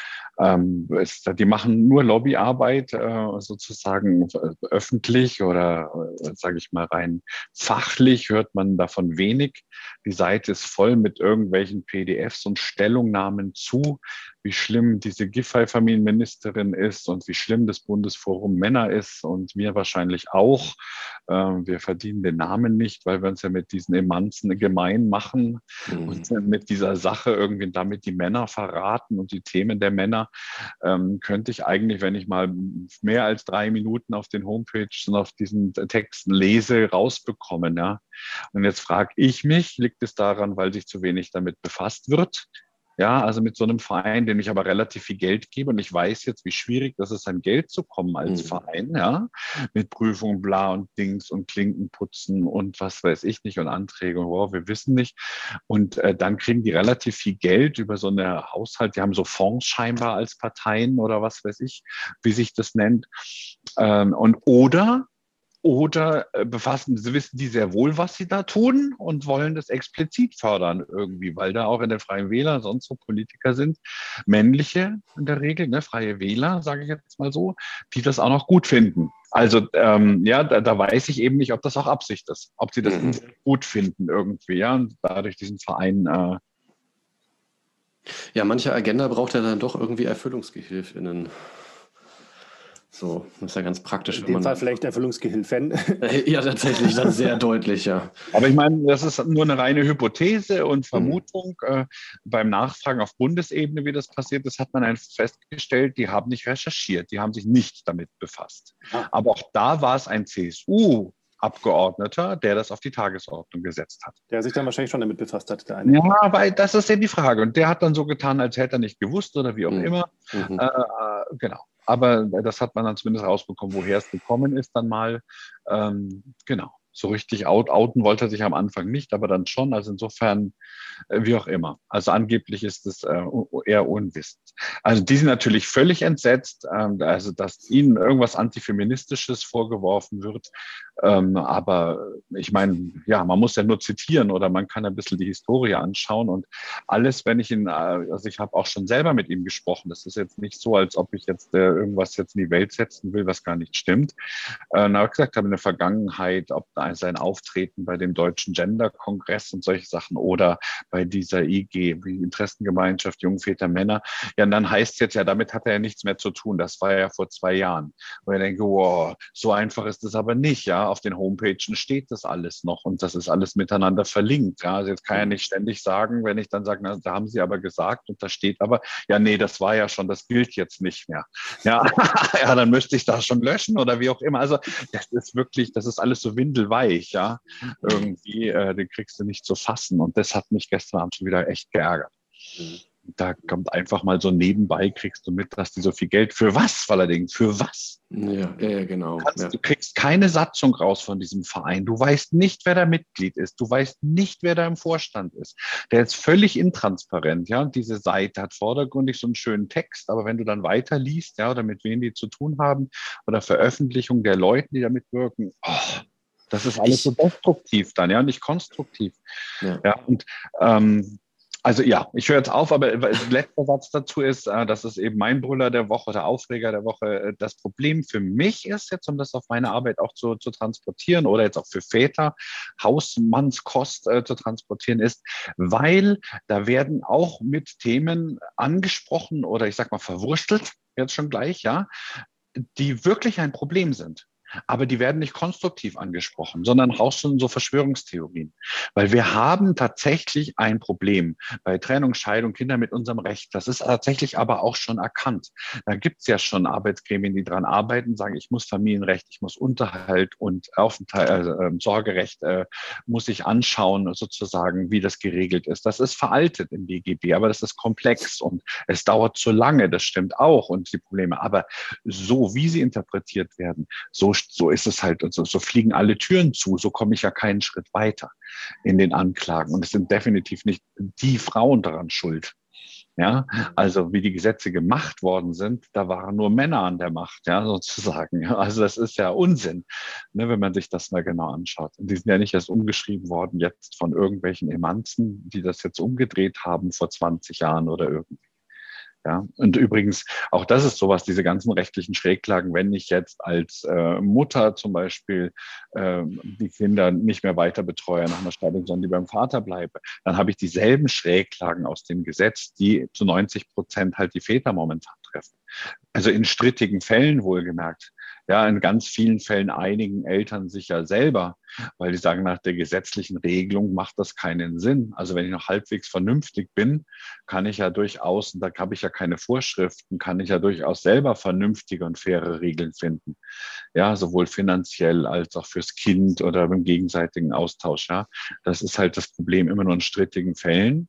Ähm, es, die machen nur Lobbyarbeit äh, sozusagen öffentlich oder äh, sage ich mal rein fachlich hört man davon wenig. Die Seite ist voll mit irgendwelchen P D Fs und Stellungnahmen zu, wie schlimm diese Giffey-Familienministerin ist und wie schlimm das Bundesforum Männer ist und wir wahrscheinlich auch. Äh, wir verdienen den Namen nicht, weil wir uns ja mit diesen Emanzen gemein machen mhm. und mit dieser Sache irgendwie damit die Männer verraten und die Themen der Männer. Ähm, könnte ich eigentlich, wenn ich mal mehr als drei Minuten auf den Homepages und auf diesen Texten lese, rausbekommen. Ja? Und jetzt frage ich mich, liegt es daran, weil sich zu wenig damit befasst wird? Ja, also mit so einem Verein, dem ich aber relativ viel Geld gebe und ich weiß jetzt, wie schwierig das ist, an Geld zu kommen als Mhm. Verein, ja, mit Prüfungen, bla und Dings und Klinkenputzen und was weiß ich nicht und Anträge und wow, wir wissen nicht. Und äh, dann kriegen die relativ viel Geld über so eine Haushalt, die haben so Fonds scheinbar als Parteien oder was weiß ich, wie sich das nennt. Ähm, und oder Oder äh, befassen, sie wissen die sehr wohl, was sie da tun und wollen das explizit fördern irgendwie, weil da auch in den Freien Wählern sonst so Politiker sind, männliche in der Regel, ne, Freie Wähler, sage ich jetzt mal so, die das auch noch gut finden. Also ähm, ja, da, da weiß ich eben nicht, ob das auch Absicht ist, ob sie das Mhm. gut finden irgendwie, ja, und dadurch diesen Verein. Äh, Ja, manche Agenda braucht ja dann doch irgendwie ErfüllungsgehilfInnen. So, das ist ja ganz praktisch, In wenn dem man. Fall vielleicht Erfüllungsgehilfen. Ja, tatsächlich, dann sehr deutlich, ja. Aber ich meine, das ist nur eine reine Hypothese und Mhm. Vermutung. Äh, beim Nachfragen auf Bundesebene, wie das passiert ist, hat man einfach festgestellt, die haben nicht recherchiert, die haben sich nicht damit befasst. Ah. Aber auch da war es ein C S U-Abgeordneter, der das auf die Tagesordnung gesetzt hat. Der sich dann wahrscheinlich schon damit befasst hat, der eine. Ja, weil das ist ja die Frage. Und der hat dann so getan, als hätte er nicht gewusst oder wie auch Mhm. immer. Mhm. Äh, genau. Aber das hat man dann zumindest rausbekommen, woher es gekommen ist dann mal. Ähm, genau. So richtig out, outen wollte er sich am Anfang nicht, aber dann schon. Also insofern, äh, wie auch immer. Also angeblich ist es äh, eher unwissend. Also die sind natürlich völlig entsetzt, ähm, also dass ihnen irgendwas Antifeministisches vorgeworfen wird. Ähm, aber ich meine, ja, man muss ja nur zitieren oder man kann ein bisschen die Historie anschauen und alles, wenn ich ihn, also ich habe auch schon selber mit ihm gesprochen. Das ist jetzt nicht so, als ob ich jetzt äh, irgendwas jetzt in die Welt setzen will, was gar nicht stimmt. Äh, und habe gesagt, habe in der Vergangenheit, ob sein Auftreten bei dem Deutschen Gender-Kongress und solche Sachen oder bei dieser I G, wie Interessengemeinschaft Jungväter Männer, ja, und dann heißt es jetzt ja, damit hat er ja nichts mehr zu tun. Das war ja vor zwei Jahren. Und ich denke, wow, so einfach ist es aber nicht, ja. Auf den Homepagen steht das alles noch und das ist alles miteinander verlinkt. Ja. Also jetzt kann ich nicht ständig sagen, wenn ich dann sage, na, da haben sie aber gesagt und da steht aber, ja, nee, das war ja schon, das gilt jetzt nicht mehr. Ja, ja, dann müsste ich das schon löschen oder wie auch immer. Also das ist wirklich, das ist alles so windelweich, ja. Irgendwie, äh, den kriegst du nicht zu fassen. Und das hat mich gestern Abend schon wieder echt geärgert. Mhm. Da kommt einfach mal so nebenbei, kriegst du mit, dass die so viel Geld, für was allerdings, für was? Ja, ja, ja, genau. Kannst, Ja. Du kriegst keine Satzung raus von diesem Verein. Du weißt nicht, wer da Mitglied ist. Du weißt nicht, wer da im Vorstand ist. Der ist völlig intransparent. Ja, und diese Seite hat vordergründig so einen schönen Text, aber wenn du dann weiterliest, ja, oder mit wem die zu tun haben oder Veröffentlichung der Leute, die da mitwirken, oh, das ist alles Ich- so destruktiv dann, ja, nicht konstruktiv. Ja. Ja, und ähm, also ja, ich höre jetzt auf, aber letzter Satz dazu ist, äh, das ist eben mein Brüller der Woche, der Aufreger der Woche. Das Problem für mich ist jetzt, um das auf meine Arbeit auch zu, zu transportieren oder jetzt auch für Väter, Hausmannskost äh, zu transportieren ist, weil da werden auch mit Themen angesprochen oder ich sag mal verwurstelt, jetzt schon gleich, ja, die wirklich ein Problem sind. Aber die werden nicht konstruktiv angesprochen, sondern raus schon so Verschwörungstheorien. Weil wir haben tatsächlich ein Problem bei Trennung, Scheidung, Kinder mit unserem Recht. Das ist tatsächlich aber auch schon erkannt. Da gibt es ja schon Arbeitsgremien, die daran arbeiten, sagen, ich muss Familienrecht, ich muss Unterhalt und Aufenthalt, also, äh, Sorgerecht äh, muss ich anschauen, sozusagen, wie das geregelt ist. Das ist veraltet im B G B, aber das ist komplex und es dauert zu lange, das stimmt auch und die Probleme. Aber so, wie sie interpretiert werden, so So ist es halt, so, so fliegen alle Türen zu, so komme ich ja keinen Schritt weiter in den Anklagen. Und es sind definitiv nicht die Frauen daran schuld. Ja, also wie die Gesetze gemacht worden sind, da waren nur Männer an der Macht, ja, sozusagen. Also das ist ja Unsinn, ne, wenn man sich das mal genau anschaut. Und die sind ja nicht erst umgeschrieben worden jetzt von irgendwelchen Emanzen, die das jetzt umgedreht haben vor zwanzig Jahren oder irgendwie. Ja, und übrigens, auch das ist sowas, diese ganzen rechtlichen Schräglagen, wenn ich jetzt als äh, Mutter zum Beispiel äh, die Kinder nicht mehr weiter betreue nach einer Scheidung, sondern die beim Vater bleibe, dann habe ich dieselben Schräglagen aus dem Gesetz, die zu neunzig Prozent halt die Väter momentan treffen. Also in strittigen Fällen wohlgemerkt. Ja, in ganz vielen Fällen einigen Eltern sich ja selber, weil die sagen, nach der gesetzlichen Regelung macht das keinen Sinn. Also wenn ich noch halbwegs vernünftig bin, kann ich ja durchaus, und da habe ich ja keine Vorschriften, kann ich ja durchaus selber vernünftige und faire Regeln finden. Ja, sowohl finanziell als auch fürs Kind oder im gegenseitigen Austausch. Ja, das ist halt das Problem immer nur in strittigen Fällen.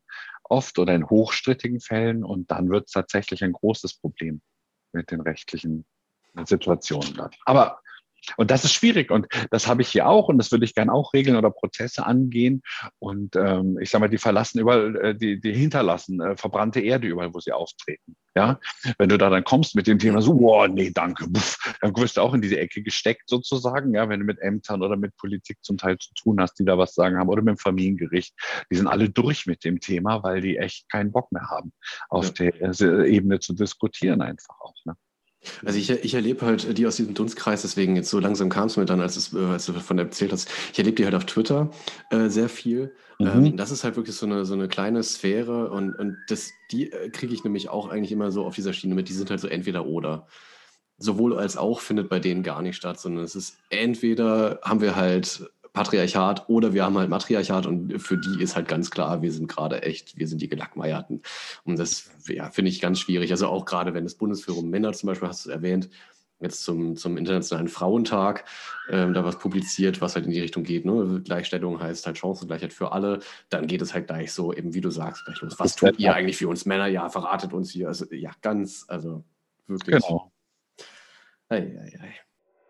oft oder in hochstrittigen Fällen und dann wird es tatsächlich ein großes Problem mit den rechtlichen Situationen dann. Aber und das ist schwierig und das habe ich hier auch und das würde ich gerne auch regeln oder Prozesse angehen und ähm, ich sage mal, die verlassen überall, äh, die, die hinterlassen äh, verbrannte Erde überall, wo sie auftreten. Ja, wenn du da dann kommst mit dem Thema so, wow, nee, danke, buff, dann wirst du auch in diese Ecke gesteckt sozusagen, ja, wenn du mit Ämtern oder mit Politik zum Teil zu tun hast, die da was sagen haben oder mit dem Familiengericht, die sind alle durch mit dem Thema, weil die echt keinen Bock mehr haben, auf ja. der äh, Ebene zu diskutieren einfach auch, ne? Also ich, ich erlebe halt die aus diesem Dunstkreis, deswegen jetzt so langsam kam es mir dann, als, es, als du davon erzählt hast, ich erlebe die halt auf Twitter äh, sehr viel. Mhm. Ähm, das ist halt wirklich so eine, so eine kleine Sphäre und, und das, die äh, kriege ich nämlich auch eigentlich immer so auf dieser Schiene mit, die sind halt so entweder oder. Sowohl als auch findet bei denen gar nicht statt, sondern es ist entweder haben wir halt Patriarchat oder wir haben halt Matriarchat und für die ist halt ganz klar, wir sind gerade echt, wir sind die Gelackmeierten. Und das ja, finde ich ganz schwierig. Also auch gerade wenn das Bundesforum Männer zum Beispiel, hast du erwähnt, jetzt zum, zum Internationalen Frauentag ähm, da was publiziert, was halt in die Richtung geht. Ne? Gleichstellung heißt halt Chancengleichheit für alle. Dann geht es halt gleich so, eben wie du sagst, gleich los. Was tut ihr eigentlich für uns Männer? Ja, verratet uns hier. Also ja, ganz, also wirklich. Genau. Ei, ei, ei.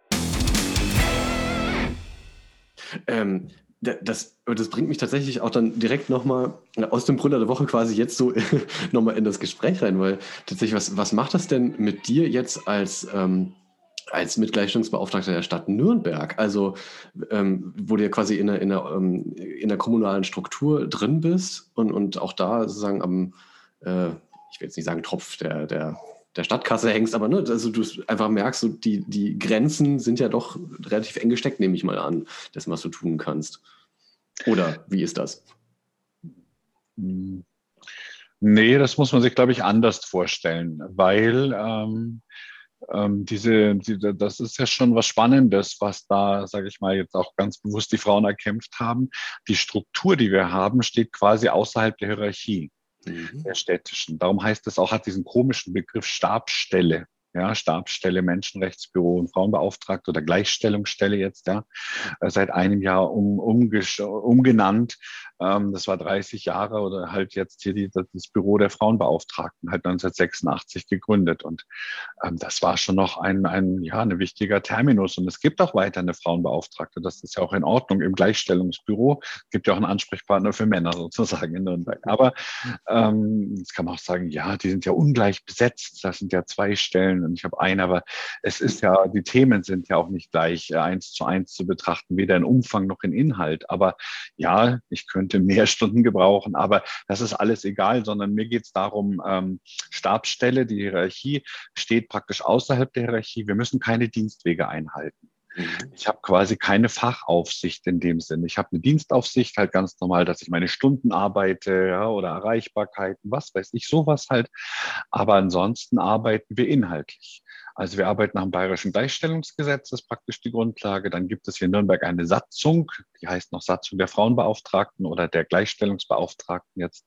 Ähm, das, das bringt mich tatsächlich auch dann direkt nochmal aus dem Brüller der Woche quasi jetzt so nochmal in das Gespräch rein, weil tatsächlich, was, was macht das denn mit dir jetzt als, ähm, als Mitgleichstellungsbeauftragter der Stadt Nürnberg? Also, ähm, wo du ja quasi in der, in, der, ähm, in der kommunalen Struktur drin bist und, und auch da sozusagen am, äh, ich will jetzt nicht sagen Tropf der, der der Stadtkasse hängst, aber ne, also du einfach merkst, so die, die Grenzen sind ja doch relativ eng gesteckt, nehme ich mal an, dessen, was du tun kannst. Oder wie ist das? Nee, das muss man sich, glaube ich, anders vorstellen, weil ähm, ähm, diese, die, das ist ja schon was Spannendes, was da, sage ich mal, jetzt auch ganz bewusst die Frauen erkämpft haben. Die Struktur, die wir haben, steht quasi außerhalb der Hierarchie. Mhm. Der städtischen. Darum heißt es auch, hat diesen komischen Begriff Stabsstelle. Ja, Stabsstelle, Menschenrechtsbüro und Frauenbeauftragte oder Gleichstellungsstelle jetzt, ja, seit einem Jahr um, umgenannt. Ähm, das war dreißig Jahre oder halt jetzt hier die, das Büro der Frauenbeauftragten, halt neunzehnhundertsechsundachtzig gegründet. Und ähm, das war schon noch ein, ein, ja, ein wichtiger Terminus. Und es gibt auch weiter eine Frauenbeauftragte. Das ist ja auch in Ordnung im Gleichstellungsbüro. Es gibt ja auch einen Ansprechpartner für Männer sozusagen in Nürnberg. Aber ähm, jetzt kann man auch sagen, ja, die sind ja ungleich besetzt. Das sind ja zwei Stellen und ich habe eine. Aber es ist ja, die Themen sind ja auch nicht gleich äh, eins zu eins zu betrachten, weder in Umfang noch in Inhalt. Aber ja, ich könnte mehr Stunden gebrauchen, aber das ist alles egal, sondern mir geht es darum, ähm, Stabsstelle, die Hierarchie steht praktisch außerhalb der Hierarchie. Wir müssen keine Dienstwege einhalten. Ich habe quasi keine Fachaufsicht in dem Sinn. Ich habe eine Dienstaufsicht halt ganz normal, dass ich meine Stunden arbeite, ja, oder Erreichbarkeiten, was weiß ich, sowas halt. Aber ansonsten arbeiten wir inhaltlich. Also wir arbeiten nach dem Bayerischen Gleichstellungsgesetz, das ist praktisch die Grundlage. Dann gibt es hier in Nürnberg eine Satzung, die heißt noch Satzung der Frauenbeauftragten oder der Gleichstellungsbeauftragten jetzt.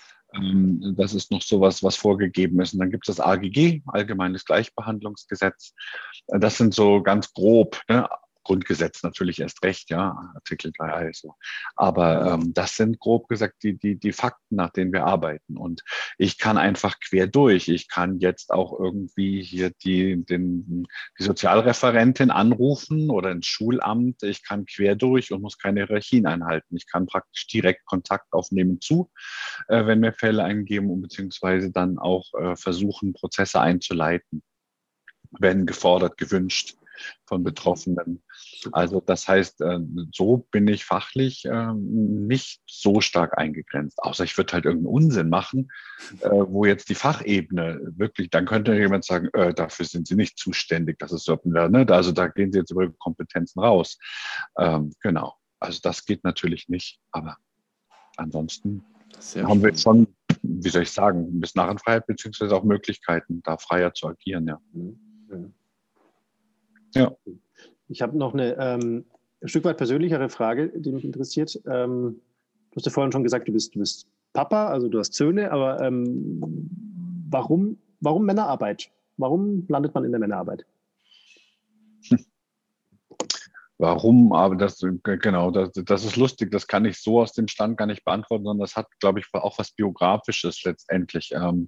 Das ist noch sowas, was vorgegeben ist. Und dann gibt es das A G G, Allgemeines Gleichbehandlungsgesetz. Das sind so ganz grob, ne? Grundgesetz natürlich erst recht, ja, Artikel drei also. Aber ähm, das sind grob gesagt die, die, die Fakten, nach denen wir arbeiten. Und ich kann einfach quer durch. Ich kann jetzt auch irgendwie hier die, den, die Sozialreferentin anrufen oder ins Schulamt. Ich kann quer durch und muss keine Hierarchien einhalten. Ich kann praktisch direkt Kontakt aufnehmen zu, äh, wenn mir Fälle eingeben und beziehungsweise dann auch äh, versuchen, Prozesse einzuleiten, wenn gefordert, gewünscht von Betroffenen. Also das heißt, so bin ich fachlich nicht so stark eingegrenzt. Außer ich würde halt irgendeinen Unsinn machen, wo jetzt die Fachebene wirklich, dann könnte jemand sagen, äh, dafür sind Sie nicht zuständig, das ist so, ne? Also da gehen Sie jetzt über Kompetenzen raus. Ähm, genau, also das geht natürlich nicht, aber ansonsten Sehr haben wir schon, wie soll ich sagen, ein bisschen Narrenfreiheit beziehungsweise auch Möglichkeiten, da freier zu agieren, ja. Mhm. Ja. Ich habe noch eine ähm, ein Stück weit persönlichere Frage, die mich interessiert. Ähm, du hast ja vorhin schon gesagt, du bist, du bist Papa, also du hast Söhne, aber ähm, warum, warum Männerarbeit? Warum landet man in der Männerarbeit? Warum? Aber das, genau, das, das ist lustig. Das kann ich so aus dem Stand gar nicht beantworten, sondern das hat, glaube ich, auch was Biografisches letztendlich. Ähm,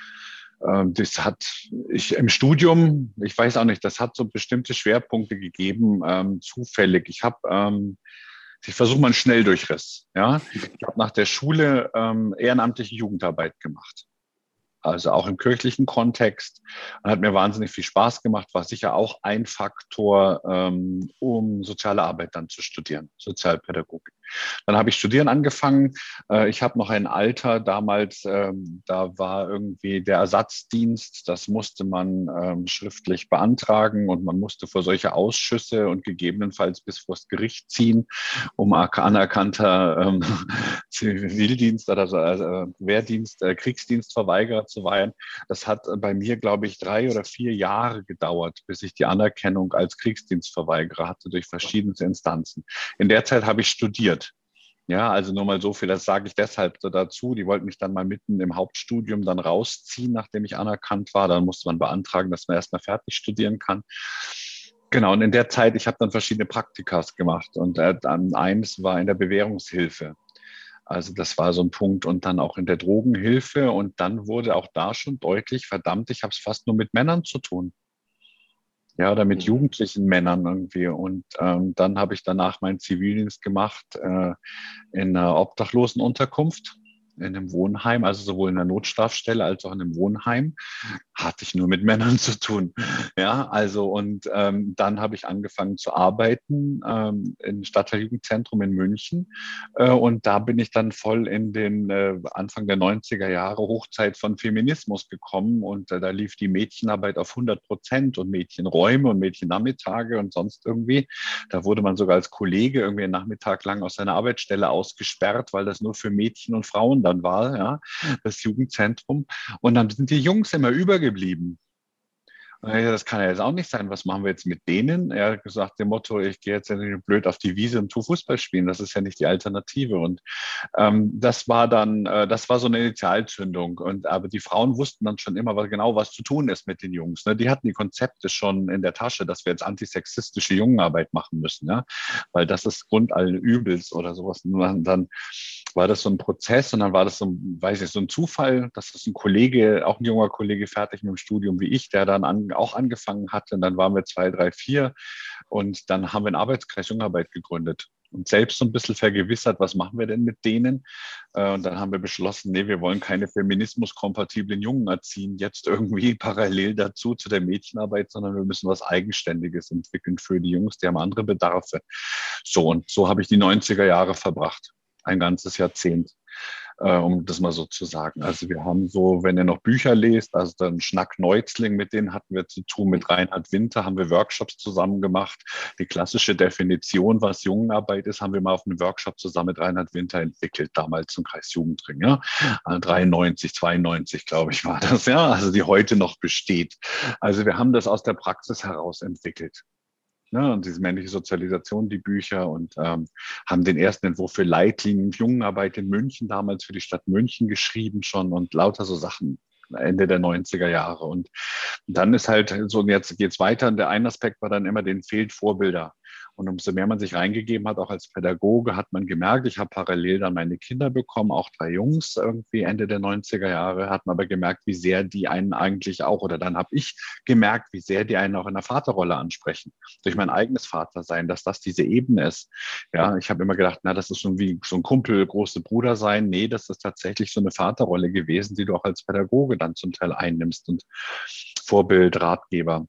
ähm, das hat ich im Studium, ich weiß auch nicht, das hat so bestimmte Schwerpunkte gegeben, ähm, zufällig. Ich habe ähm, ich versuche mal einen Schnelldurchriss. Ja? Ich habe nach der Schule ähm, ehrenamtliche Jugendarbeit gemacht. Also auch im kirchlichen Kontext. Hat mir wahnsinnig viel Spaß gemacht, war sicher auch ein Faktor, ähm, um soziale Arbeit dann zu studieren, Sozialpädagogik. Dann habe ich studieren angefangen. Äh, ich habe noch ein Alter damals, ähm, da war irgendwie der Ersatzdienst, das musste man ähm, schriftlich beantragen und man musste vor solche Ausschüsse und gegebenenfalls bis vors Gericht ziehen, um anerkannter ähm, Zivildienst oder so, also Wehrdienst, äh, Kriegsdienstverweigerer zu weihen. Das hat bei mir, glaube ich, drei oder vier Jahre gedauert, bis ich die Anerkennung als Kriegsdienstverweigerer hatte durch verschiedenste Instanzen. In der Zeit habe ich studiert. Ja, also nur mal so viel, das sage ich deshalb so dazu. Die wollten mich dann mal mitten im Hauptstudium dann rausziehen, nachdem ich anerkannt war. Dann musste man beantragen, dass man erstmal fertig studieren kann. Genau, und in der Zeit, ich habe dann verschiedene Praktikas gemacht und äh, dann eins war in der Bewährungshilfe. Also das war so ein Punkt und dann auch in der Drogenhilfe und dann wurde auch da schon deutlich, verdammt, ich habe es fast nur mit Männern zu tun. Ja, oder mit jugendlichen Männern irgendwie. Und ähm, dann habe ich danach meinen Zivildienst gemacht äh, in einer Obdachlosenunterkunft, in einem Wohnheim, also sowohl in der Notstrafstelle als auch in einem Wohnheim, hatte ich nur mit Männern zu tun. Ja, also und ähm, dann habe ich angefangen zu arbeiten ähm, im Stadtteiljugendzentrum in München äh, und da bin ich dann voll in den äh, Anfang der neunziger Jahre Hochzeit von Feminismus gekommen und äh, da lief die Mädchenarbeit auf hundert Prozent und Mädchenräume und Mädchennachmittage und sonst irgendwie. Da wurde man sogar als Kollege irgendwie einen Nachmittag lang aus seiner Arbeitsstelle ausgesperrt, weil das nur für Mädchen und Frauen dann war, ja, das Jugendzentrum. Und dann sind die Jungs immer übergeblieben. Und ich, das kann ja jetzt auch nicht sein. Was machen wir jetzt mit denen? Er hat gesagt, dem Motto, ich gehe jetzt nicht blöd auf die Wiese und tu Fußball spielen. Das ist ja nicht die Alternative. Und ähm, das war dann, äh, das war so eine Initialzündung. Und aber die Frauen wussten dann schon immer was, genau, was zu tun ist mit den Jungs. Ne? Die hatten die Konzepte schon in der Tasche, dass wir jetzt antisexistische Jungenarbeit machen müssen, ja, weil das ist Grund allen Übels oder sowas. Und dann war das so ein Prozess und dann war das so ein, weiß ich, so ein Zufall, dass das ein Kollege, auch ein junger Kollege, fertig mit dem Studium wie ich, der dann an, auch angefangen hatte. Und dann waren wir zwei, drei, vier und dann haben wir einen Arbeitskreis Jungarbeit gegründet und selbst so ein bisschen vergewissert, was machen wir denn mit denen? Und dann haben wir beschlossen, nee, wir wollen keine feminismuskompatiblen Jungen erziehen, jetzt irgendwie parallel dazu zu der Mädchenarbeit, sondern wir müssen was Eigenständiges entwickeln für die Jungs, die haben andere Bedarfe. So, und so habe ich die neunziger Jahre verbracht. Ein ganzes Jahrzehnt, äh, um das mal so zu sagen. Also wir haben so, wenn ihr noch Bücher lest, also dann Schnack Neuzling, mit denen hatten wir zu tun, mit Reinhard Winter haben wir Workshops zusammen gemacht. Die klassische Definition, was Jugendarbeit ist, haben wir mal auf einem Workshop zusammen mit Reinhard Winter entwickelt, damals zum Kreis Jugendring. Ja? dreiundneunzig, zweiundneunzig, glaube ich, war das, ja, also die heute noch besteht. Also wir haben das aus der Praxis heraus entwickelt. Ne, und diese männliche Sozialisation, die Bücher und ähm, haben den ersten Entwurf für Leitlinien Jugendarbeit in München damals für die Stadt München geschrieben schon und lauter so Sachen Ende der neunziger Jahre. Und dann ist halt so, und jetzt geht's weiter. Und der eine Aspekt war dann immer, denen fehlt Vorbilder. Und umso mehr man sich reingegeben hat, auch als Pädagoge, hat man gemerkt, ich habe parallel dann meine Kinder bekommen, auch drei Jungs irgendwie Ende der neunziger Jahre, hat man aber gemerkt, wie sehr die einen eigentlich auch, oder dann habe ich gemerkt, wie sehr die einen auch in der Vaterrolle ansprechen. Durch mein eigenes Vatersein, dass das diese Ebene ist. Ja, ich habe immer gedacht, na, das ist schon wie so ein Kumpel, große Bruder sein. Nee, das ist tatsächlich so eine Vaterrolle gewesen, die du auch als Pädagoge dann zum Teil einnimmst und Vorbild, Ratgeber.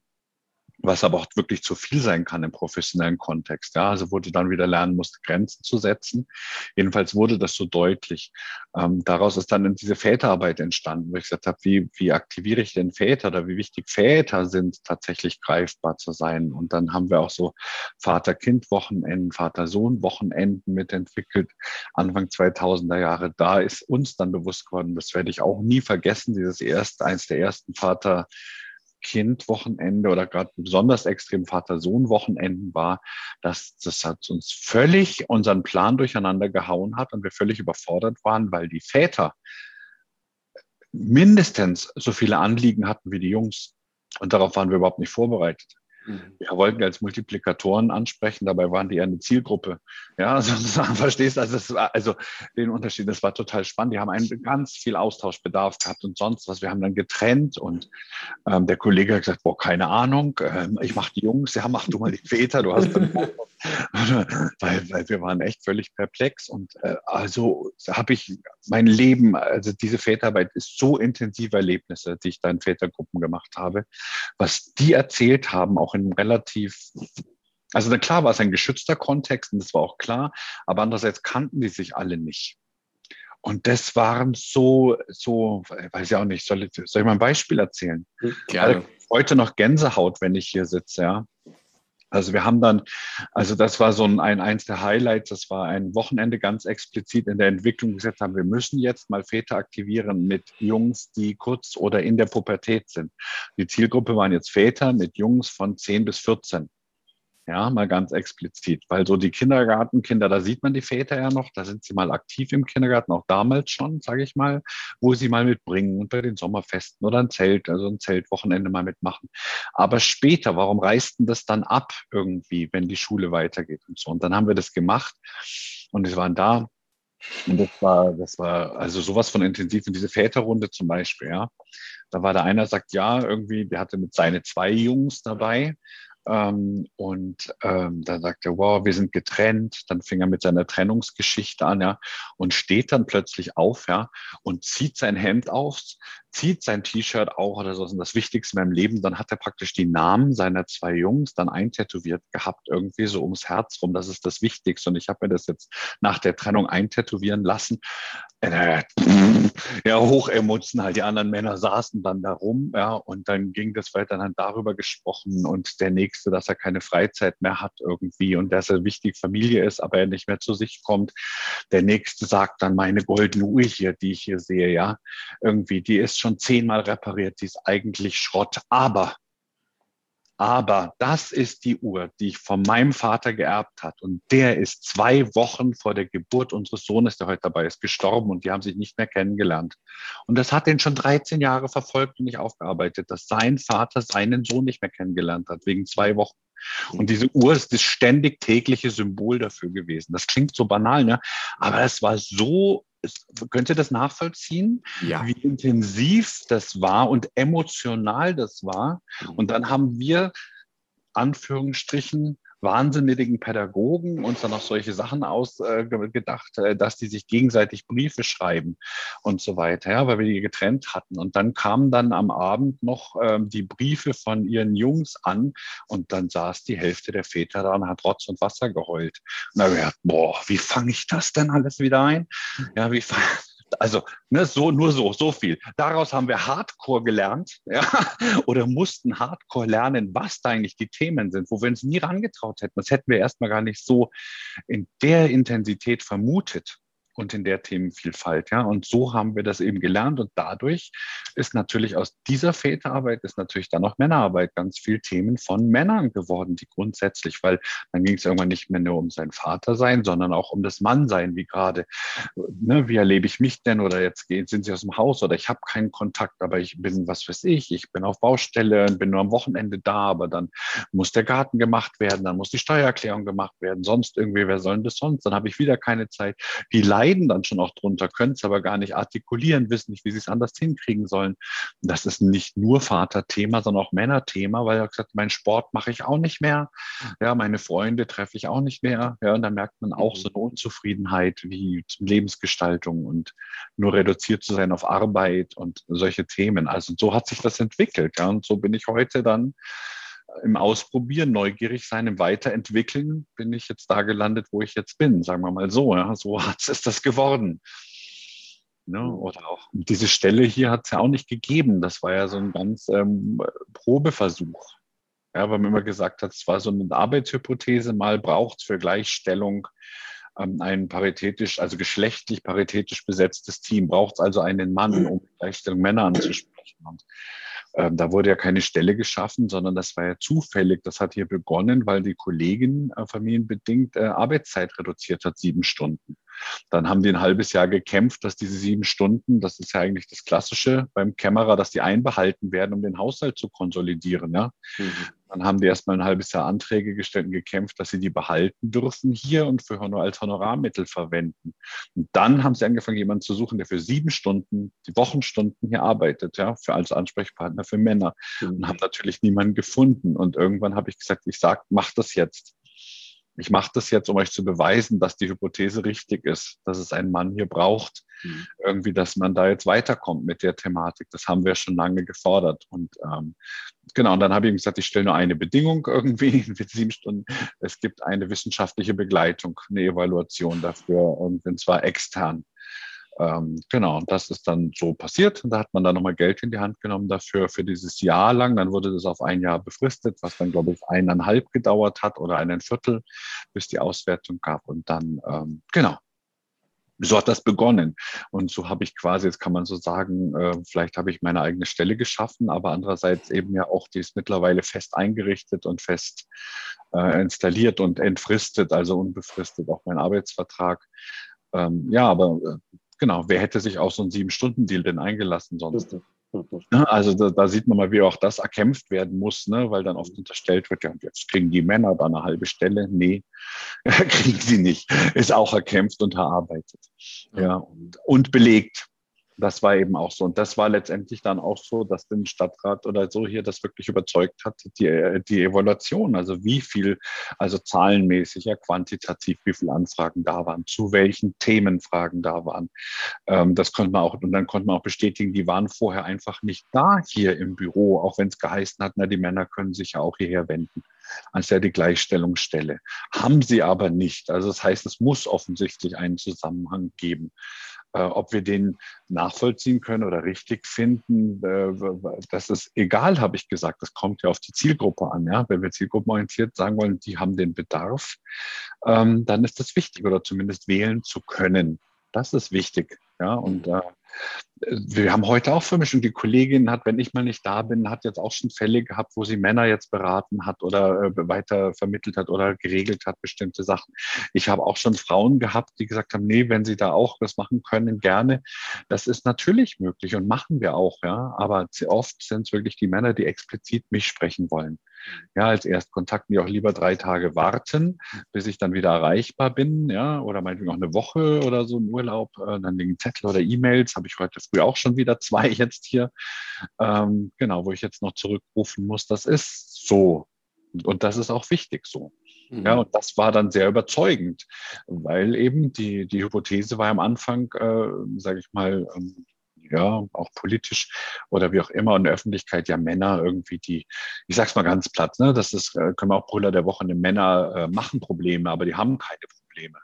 Was aber auch wirklich zu viel sein kann im professionellen Kontext. Ja, also wo du dann wieder lernen musst, Grenzen zu setzen. Jedenfalls wurde das so deutlich. Ähm, daraus ist dann diese Väterarbeit entstanden, wo ich gesagt habe, wie, wie aktiviere ich denn Väter oder wie wichtig Väter sind, tatsächlich greifbar zu sein. Und dann haben wir auch so Vater-Kind-Wochenenden, Vater-Sohn-Wochenenden mitentwickelt, Anfang zweitausender Jahre. Da ist uns dann bewusst geworden, das werde ich auch nie vergessen, dieses erste, eins der ersten Vater- Kind-Wochenende oder gerade besonders extrem Vater-Sohn-Wochenenden war, dass das hat uns völlig unseren Plan durcheinander gehauen hat und wir völlig überfordert waren, weil die Väter mindestens so viele Anliegen hatten wie die Jungs. Und darauf waren wir überhaupt nicht vorbereitet. Mhm. Wir wollten als Multiplikatoren ansprechen, dabei waren die eher eine Zielgruppe. Ja, also, verstehst du, also, das war, also den Unterschied, das war total spannend. Die haben einen ganz viel Austauschbedarf gehabt und sonst was. Wir haben dann getrennt und ähm, der Kollege hat gesagt, boah, keine Ahnung, ähm, ich mache die Jungs, ja, mach du mal die Väter, du hast dann weil, weil wir waren echt völlig perplex und äh, also habe ich mein Leben, also diese Väterarbeit ist so intensive Erlebnisse, die ich da in Vätergruppen gemacht habe, was die erzählt haben, auch in relativ, also na klar war es ein geschützter Kontext und das war auch klar, aber andererseits kannten die sich alle nicht. Und das waren so, so, weiß ich auch nicht, soll ich, soll ich mal ein Beispiel erzählen? Gerne. Also heute noch Gänsehaut, wenn ich hier sitze, ja. Also wir haben dann, also das war so ein, ein eins der Highlights, das war ein Wochenende ganz explizit in der Entwicklung gesagt haben, wir müssen jetzt mal Väter aktivieren mit Jungs, die kurz oder in der Pubertät sind. Die Zielgruppe waren jetzt Väter mit Jungs von zehn bis vierzehn. Ja, mal ganz explizit, weil so die Kindergartenkinder, da sieht man die Väter ja noch, da sind sie mal aktiv im Kindergarten, auch damals schon, sage ich mal, wo sie mal mitbringen und bei den Sommerfesten oder ein Zelt, also ein Zeltwochenende mal mitmachen. Aber später, warum reißt denn das dann ab irgendwie, wenn die Schule weitergeht und so? Und dann haben wir das gemacht und wir waren da und das war, das war also sowas von intensiv in diese Väterrunde zum Beispiel, ja. Da war der einer, sagt ja, irgendwie, der hatte mit seine zwei Jungs dabei. Ähm, und ähm, dann sagt er, wow, wir sind getrennt. Dann fing er mit seiner Trennungsgeschichte an, ja, und steht dann plötzlich auf, ja, und zieht sein Hemd auf, zieht sein T-Shirt auch oder so. Das ist das Wichtigste in meinem Leben. Dann hat er praktisch die Namen seiner zwei Jungs dann eintätowiert gehabt, irgendwie so ums Herz rum. Das ist das Wichtigste. Und ich habe mir das jetzt nach der Trennung eintätowieren lassen. Äh, ja, hochemotional. Die anderen Männer saßen dann da rum, ja, und dann ging das weiter, dann darüber gesprochen und der Nächste, dass er keine Freizeit mehr hat irgendwie und dass er wichtig Familie ist, aber er nicht mehr zu sich kommt. Der Nächste sagt dann, meine goldene Uhr hier, die ich hier sehe, ja, irgendwie, die ist schon zehnmal repariert, die ist eigentlich Schrott, aber Aber das ist die Uhr, die ich von meinem Vater geerbt hat. Und der ist zwei Wochen vor der Geburt unseres Sohnes, der heute dabei ist, gestorben und die haben sich nicht mehr kennengelernt. Und das hat den schon dreizehn Jahre verfolgt und nicht aufgearbeitet, dass sein Vater seinen Sohn nicht mehr kennengelernt hat, wegen zwei Wochen. Und diese Uhr ist das ständig tägliche Symbol dafür gewesen. Das klingt so banal, ne? Aber es war so, es, könnt ihr das nachvollziehen, Ja. wie intensiv das war und emotional das war? Und dann haben wir, Anführungsstrichen, wahnsinnigen Pädagogen uns dann auch solche Sachen ausgedacht, äh, dass die sich gegenseitig Briefe schreiben und so weiter, ja, weil wir die getrennt hatten. Und dann kamen dann am Abend noch ähm, die Briefe von ihren Jungs an und dann saß die Hälfte der Väter da und hat Rotz und Wasser geheult. Und da habe ich gedacht, boah, wie fange ich das denn alles wieder ein? Ja, wie fange Also, ne, so, nur so, so viel. Daraus haben wir Hardcore gelernt, ja, oder mussten Hardcore lernen, was da eigentlich die Themen sind, wo wir uns nie rangetraut hätten. Das hätten wir erstmal gar nicht so in der Intensität vermutet und in der Themenvielfalt, ja. Und so haben wir das eben gelernt und dadurch ist natürlich aus dieser Väterarbeit ist natürlich dann auch Männerarbeit ganz viel Themen von Männern geworden, die grundsätzlich, weil dann ging es irgendwann nicht mehr nur um sein Vatersein, sondern auch um das Mannsein, wie gerade, ne, wie erlebe ich mich denn oder jetzt gehen, sind sie aus dem Haus oder ich habe keinen Kontakt, aber ich bin, was weiß ich, ich bin auf Baustelle und bin nur am Wochenende da, aber dann muss der Garten gemacht werden, dann muss die Steuererklärung gemacht werden, sonst irgendwie, wer soll denn das sonst? Dann habe ich wieder keine Zeit. Die leiden dann schon auch drunter, können es aber gar nicht artikulieren, wissen nicht, wie sie es anders hinkriegen sollen. Das ist nicht nur Vaterthema, sondern auch Männerthema, weil er gesagt hat, meinen Sport mache ich auch nicht mehr. Ja, meine Freunde treffe ich auch nicht mehr. Ja, und da merkt man auch so eine Unzufriedenheit wie Lebensgestaltung und nur reduziert zu sein auf Arbeit und solche Themen. Also so hat sich das entwickelt. Ja, und so bin ich heute dann im Ausprobieren, neugierig sein, im Weiterentwickeln, bin ich jetzt da gelandet, wo ich jetzt bin, sagen wir mal so. Ja, so hat es das geworden. Ne? Oder auch diese Stelle hier hat es ja auch nicht gegeben. Das war ja so ein ganz ähm, Probeversuch. Ja, weil man immer gesagt hat, es war so eine Arbeitshypothese, mal braucht es für Gleichstellung ähm, ein paritätisch, also geschlechtlich paritätisch besetztes Team, braucht es also einen Mann, um Gleichstellung Männer anzusprechen. Und ähm, da wurde ja keine Stelle geschaffen, sondern das war ja zufällig. Das hat hier begonnen, weil die Kollegin äh, familienbedingt äh, Arbeitszeit reduziert hat, sieben Stunden. Dann haben die ein halbes Jahr gekämpft, dass diese sieben Stunden, das ist ja eigentlich das Klassische beim Kämmerer, dass die einbehalten werden, um den Haushalt zu konsolidieren. Ja? Mhm. Dann haben die erstmal ein halbes Jahr Anträge gestellt und gekämpft, dass sie die behalten dürfen hier und für Honor als Honorarmittel verwenden. Und dann haben sie angefangen, jemanden zu suchen, der für sieben Stunden, die Wochenstunden hier arbeitet, ja, für als Ansprechpartner für Männer. Mhm. Und haben natürlich niemanden gefunden. Und irgendwann habe ich gesagt, ich sage, mach das jetzt. Ich mache das jetzt, um euch zu beweisen, dass die Hypothese richtig ist, dass es einen Mann hier braucht, mhm. irgendwie, dass man da jetzt weiterkommt mit der Thematik. Das haben wir schon lange gefordert. Und ähm, genau, und dann habe ich ihm gesagt, ich stelle nur eine Bedingung irgendwie mit sieben Stunden. Es gibt eine wissenschaftliche Begleitung, eine Evaluation dafür, und zwar extern. Ähm, genau, und das ist dann so passiert. Und da hat man dann nochmal Geld in die Hand genommen dafür, für dieses Jahr lang. Dann wurde das auf ein Jahr befristet, was dann, glaube ich, eineinhalb gedauert hat oder ein Viertel, bis die Auswertung gab. Und dann, ähm, genau, so hat das begonnen. Und so habe ich quasi, jetzt kann man so sagen, äh, vielleicht habe ich meine eigene Stelle geschaffen, aber andererseits eben ja auch, die ist mittlerweile fest eingerichtet und fest äh, installiert und entfristet, also unbefristet, auch mein Arbeitsvertrag. Ähm, ja, aber äh, genau, wer hätte sich auf so einen Sieben-Stunden-Deal denn eingelassen sonst? Ja, also da, da sieht man mal, wie auch das erkämpft werden muss, ne? Weil dann oft unterstellt wird, ja, jetzt kriegen die Männer da eine halbe Stelle. Nee, kriegen sie nicht. Ist auch erkämpft und erarbeitet. Ja, und, und belegt. Das war eben auch so. Und das war letztendlich dann auch so, dass den Stadtrat oder so hier das wirklich überzeugt hat, die, die Evaluation, also wie viel, also zahlenmäßig, ja, quantitativ, wie viele Anfragen da waren, zu welchen Themen Fragen da waren. Ähm, das konnte man auch, und dann konnte man auch bestätigen, die waren vorher einfach nicht da hier im Büro, auch wenn es geheißen hat, na, die Männer können sich ja auch hierher wenden, anstelle die Gleichstellungsstelle. Haben sie aber nicht. Also das heißt, es muss offensichtlich einen Zusammenhang geben. Äh, ob wir den nachvollziehen können oder richtig finden, äh, das ist egal, habe ich gesagt. Das kommt ja auf die Zielgruppe an. Ja? Wenn wir zielgruppenorientiert sagen wollen, die haben den Bedarf, ähm, dann ist das wichtig, oder zumindest wählen zu können. Das ist wichtig. Ja? Und äh, wir haben heute auch Vermischung. Die Kollegin hat, wenn ich mal nicht da bin, hat jetzt auch schon Fälle gehabt, wo sie Männer jetzt beraten hat oder äh, weiter vermittelt hat oder geregelt hat, bestimmte Sachen. Ich habe auch schon Frauen gehabt, die gesagt haben, nee, wenn sie da auch was machen können, gerne. Das ist natürlich möglich und machen wir auch, ja. Aber sehr oft sind es wirklich die Männer, die explizit mich sprechen wollen. Ja, als Erstkontakt, die auch lieber drei Tage warten, bis ich dann wieder erreichbar bin, ja, oder meinetwegen auch eine Woche oder so im Urlaub, äh, dann liegen Zettel oder E-Mails, habe ich heute früh auch schon wieder zwei jetzt hier, ähm, genau, wo ich jetzt noch zurückrufen muss. Das ist so. Und das ist auch wichtig so. Mhm. Ja, und das war dann sehr überzeugend, weil eben die, die Hypothese war am Anfang, äh, sage ich mal, ähm, ja, auch politisch oder wie auch immer in der Öffentlichkeit, ja, Männer irgendwie, die, ich sag's mal ganz platt, ne, das ist, äh, können wir auch Brüller der Woche, ne, Männer äh, machen Probleme, aber die haben keine Probleme.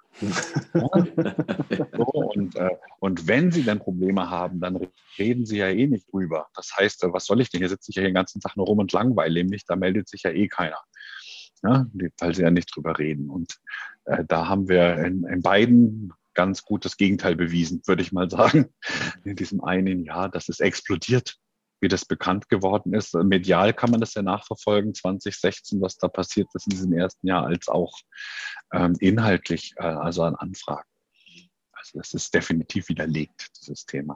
Ja? So, und, äh, und wenn sie dann Probleme haben, dann reden sie ja eh nicht drüber. Das heißt, äh, was soll ich denn? Hier sitze ich ja den ganzen Tag nur rum und langweile mich, da meldet sich ja eh keiner. Ja, weil sie ja nicht drüber reden. Und äh, da haben wir in, in beiden ganz gut das Gegenteil bewiesen, würde ich mal sagen. In diesem einen Jahr, das ist explodiert, wie das bekannt geworden ist. Medial kann man das ja nachverfolgen, zwanzig sechzehn, was da passiert ist in diesem ersten Jahr, als auch ähm, inhaltlich, äh, also an Anfragen. Also das ist definitiv widerlegt, dieses Thema.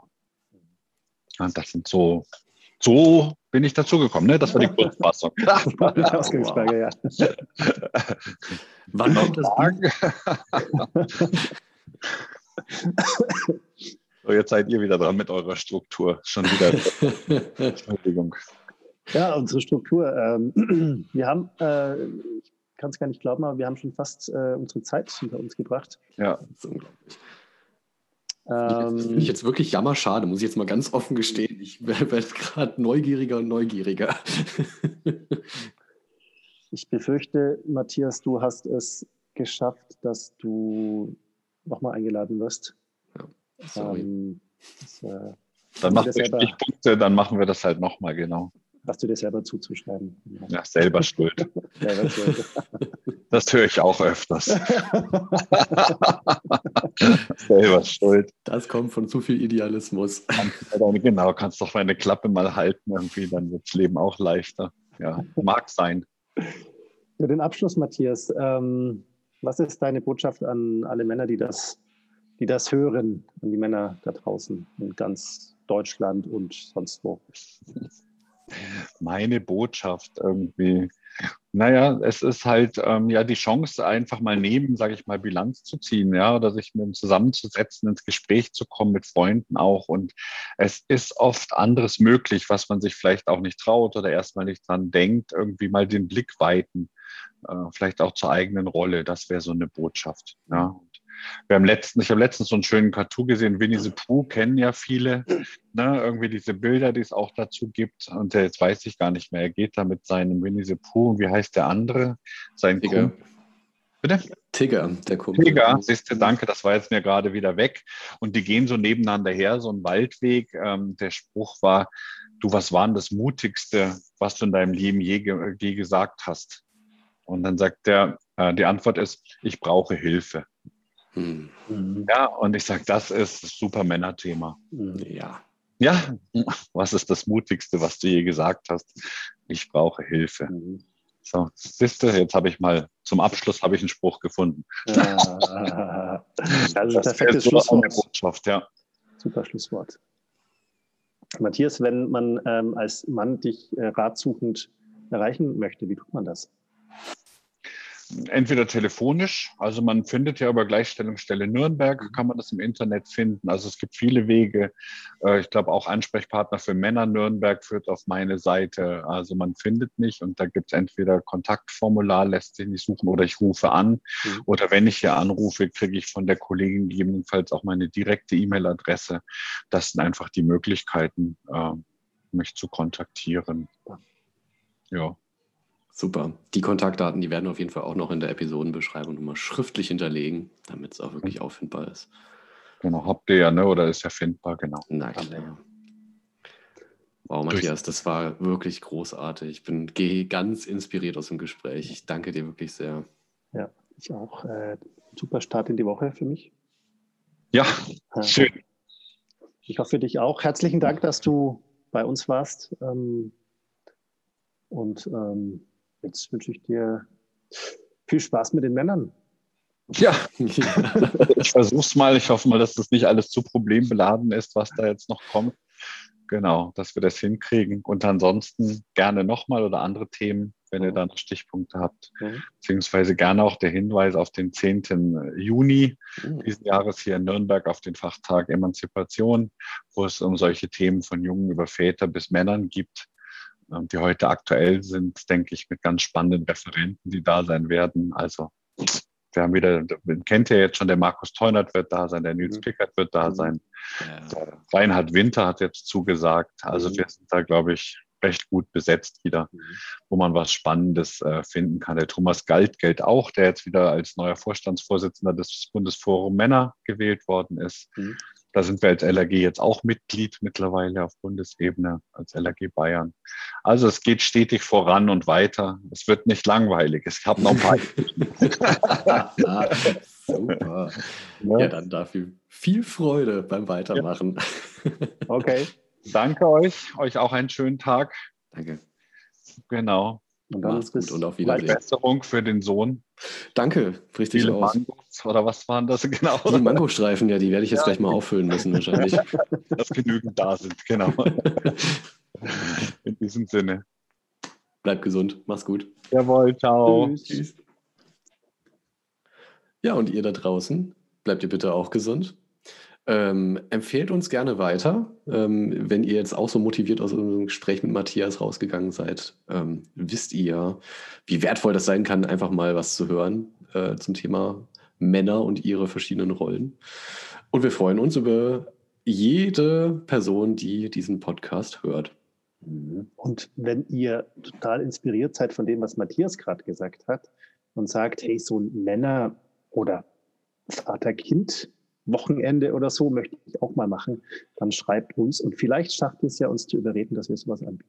Und das sind so, so bin ich dazu gekommen, ne? Das war die Kurzfassung. Ausgangsfrage, ja. Wann kommt das Buch? So, jetzt seid ihr wieder dran mit eurer Struktur. Schon wieder. Entschuldigung. Ja, unsere Struktur. Ähm, wir haben, äh, ich kann es gar nicht glauben, aber wir haben schon fast äh, unsere Zeit hinter uns gebracht. Ja, das ist unglaublich. Ähm, das finde ich jetzt wirklich jammerschade, muss ich jetzt mal ganz offen gestehen. Ich werde gerade neugieriger und neugieriger. Ich befürchte, Matthias, du hast es geschafft, dass du nochmal eingeladen wirst. Ja, sorry. Ähm, das, äh, dann macht ihr Stichpunkte, dann machen wir das halt nochmal, genau. Hast du dir selber zuzuschreiben. Ja, selber schuld. selber schuld. Das höre ich auch öfters. Selber schuld. Das kommt von zu viel Idealismus. Genau, kannst doch meine Klappe mal halten, irgendwie, dann wird das Leben auch leichter. Ja, mag sein. Für den Abschluss, Matthias, ähm, was ist deine Botschaft an alle Männer, die das die das hören, an die Männer da draußen in ganz Deutschland und sonst wo? Meine Botschaft irgendwie. Naja, es ist halt ähm, ja die Chance, einfach mal nehmen, sage ich mal, Bilanz zu ziehen, ja, oder sich mit dem zusammenzusetzen, ins Gespräch zu kommen mit Freunden auch. Und es ist oft anderes möglich, was man sich vielleicht auch nicht traut oder erstmal nicht dran denkt, irgendwie mal den Blick weiten, äh, vielleicht auch zur eigenen Rolle. Das wäre so eine Botschaft. Ja. Und wir haben letzten, ich habe letztens so einen schönen Cartoon gesehen, Winnie the Pooh kennen ja viele, ne, irgendwie diese Bilder, die es auch dazu gibt. Und der, jetzt weiß ich gar nicht mehr, er geht da mit seinem Winnie the Pooh, und wie heißt der andere? Sein Tigger. Kumpel. Bitte? Tigger, der Kumpel. Tigger, siehst du, danke, das war jetzt mir gerade wieder weg. Und die gehen so nebeneinander her, so ein Waldweg. Ähm, der Spruch war, du, was war denn das Mutigste, was du in deinem Leben je, ge- je gesagt hast? Und dann sagt der, äh, die Antwort ist, ich brauche Hilfe. Hm. Mhm. Ja, und ich sage, das ist das super Männerthema. Ja. Ja, was ist das Mutigste, was du je gesagt hast? Ich brauche Hilfe. Mhm. So, siehst du, jetzt habe ich mal, zum Abschluss habe ich einen Spruch gefunden. Ja, das ist ein Das perfektes wäre so eine Schlusswort. Botschaft, ja. Super Schlusswort. Matthias, wenn man ähm, als Mann dich äh, ratsuchend erreichen möchte, wie tut man das? Entweder telefonisch, also man findet ja über Gleichstellungsstelle Nürnberg, kann man das im Internet finden. Also es gibt viele Wege. Äh, Ich glaube auch Ansprechpartner für Männer Nürnberg führt auf meine Seite. Also man findet mich und da gibt es entweder Kontaktformular, lässt sich nicht suchen, oder ich rufe an. Mhm. Oder wenn ich hier anrufe, kriege ich von der Kollegin gegebenenfalls auch meine direkte E-Mail-Adresse. Das sind einfach die Möglichkeiten, äh, mich zu kontaktieren. Ja. Super. Die Kontaktdaten, die werden wir auf jeden Fall auch noch in der Episodenbeschreibung nochmal schriftlich hinterlegen, damit es auch wirklich auffindbar ist. Genau, habt ihr ja, ne? Oder ist ja findbar, genau. Na klar. Wow, Matthias, das war wirklich großartig. Ich bin gehe ganz inspiriert aus dem Gespräch. Ich danke dir wirklich sehr. Ja, ich auch. Äh, super Start in die Woche für mich. Ja, Äh, schön. Ich hoffe für dich auch. Herzlichen Dank, dass du bei uns warst. Ähm, und ähm, jetzt wünsche ich dir viel Spaß mit den Männern. Ja, ich versuch's mal. Ich hoffe mal, dass das nicht alles zu problembeladen ist, was da jetzt noch kommt. Genau, dass wir das hinkriegen. Und ansonsten gerne nochmal oder andere Themen, wenn ihr da noch Stichpunkte habt. Mhm. Beziehungsweise gerne auch der Hinweis auf den zehnten Juni diesen Jahres hier in Nürnberg auf den Fachtag Emanzipation, wo es um solche Themen von Jungen über Väter bis Männern gibt, die heute aktuell sind, denke ich, mit ganz spannenden Referenten, die da sein werden. Also wir haben wieder, den kennt ihr jetzt schon, der Markus Teunert wird da sein, der Nils Mhm. Pickert wird da Mhm. sein, Ja. der Reinhard Winter hat jetzt zugesagt. Also Mhm. wir sind da, glaube ich, recht gut besetzt wieder, Mhm. wo man was Spannendes äh, finden kann. Der Thomas Galtgeld auch, der jetzt wieder als neuer Vorstandsvorsitzender des Bundesforum Männer gewählt worden ist. Mhm. Da sind wir als L R G jetzt auch Mitglied mittlerweile auf Bundesebene, als L R G Bayern. Also es geht stetig voran und weiter. Es wird nicht langweilig. Ich habe noch ein paar. Super. Ja. Ja, dann dafür viel Freude beim Weitermachen. Okay. Danke euch. Euch auch einen schönen Tag. Danke. Genau. Und dann Mach's bis gut und auf bald. Wiedersehen. Besserung für den Sohn. Danke, richtig Viele aus. Mangos oder was waren das genau? Die Mangostreifen, ja, die werde ich jetzt gleich mal auffüllen müssen wahrscheinlich. Dass genügend da sind, genau. In diesem Sinne. Bleib gesund, mach's gut. Jawohl, ciao. Tschüss. Tschüss. Ja, und ihr da draußen, bleibt ihr bitte auch gesund. Ähm, empfehlt uns gerne weiter, ähm, wenn ihr jetzt auch so motiviert aus unserem Gespräch mit Matthias rausgegangen seid. Ähm, wisst ihr, wie wertvoll das sein kann, einfach mal was zu hören äh, zum Thema Männer und ihre verschiedenen Rollen. Und wir freuen uns über jede Person, die diesen Podcast hört. Und wenn ihr total inspiriert seid von dem, was Matthias gerade gesagt hat und sagt, hey, so ein Männer- oder Vater-Kind-Wochenende oder so möchte ich auch mal machen, dann schreibt uns und vielleicht schafft es ja, uns zu überreden, dass wir sowas anbieten.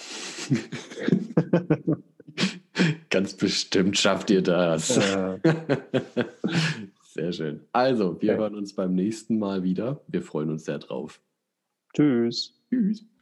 Ganz bestimmt schafft ihr das. Äh, Sehr schön. Also, wir Okay. hören uns beim nächsten Mal wieder. Wir freuen uns sehr drauf. tschüss. Tschüss.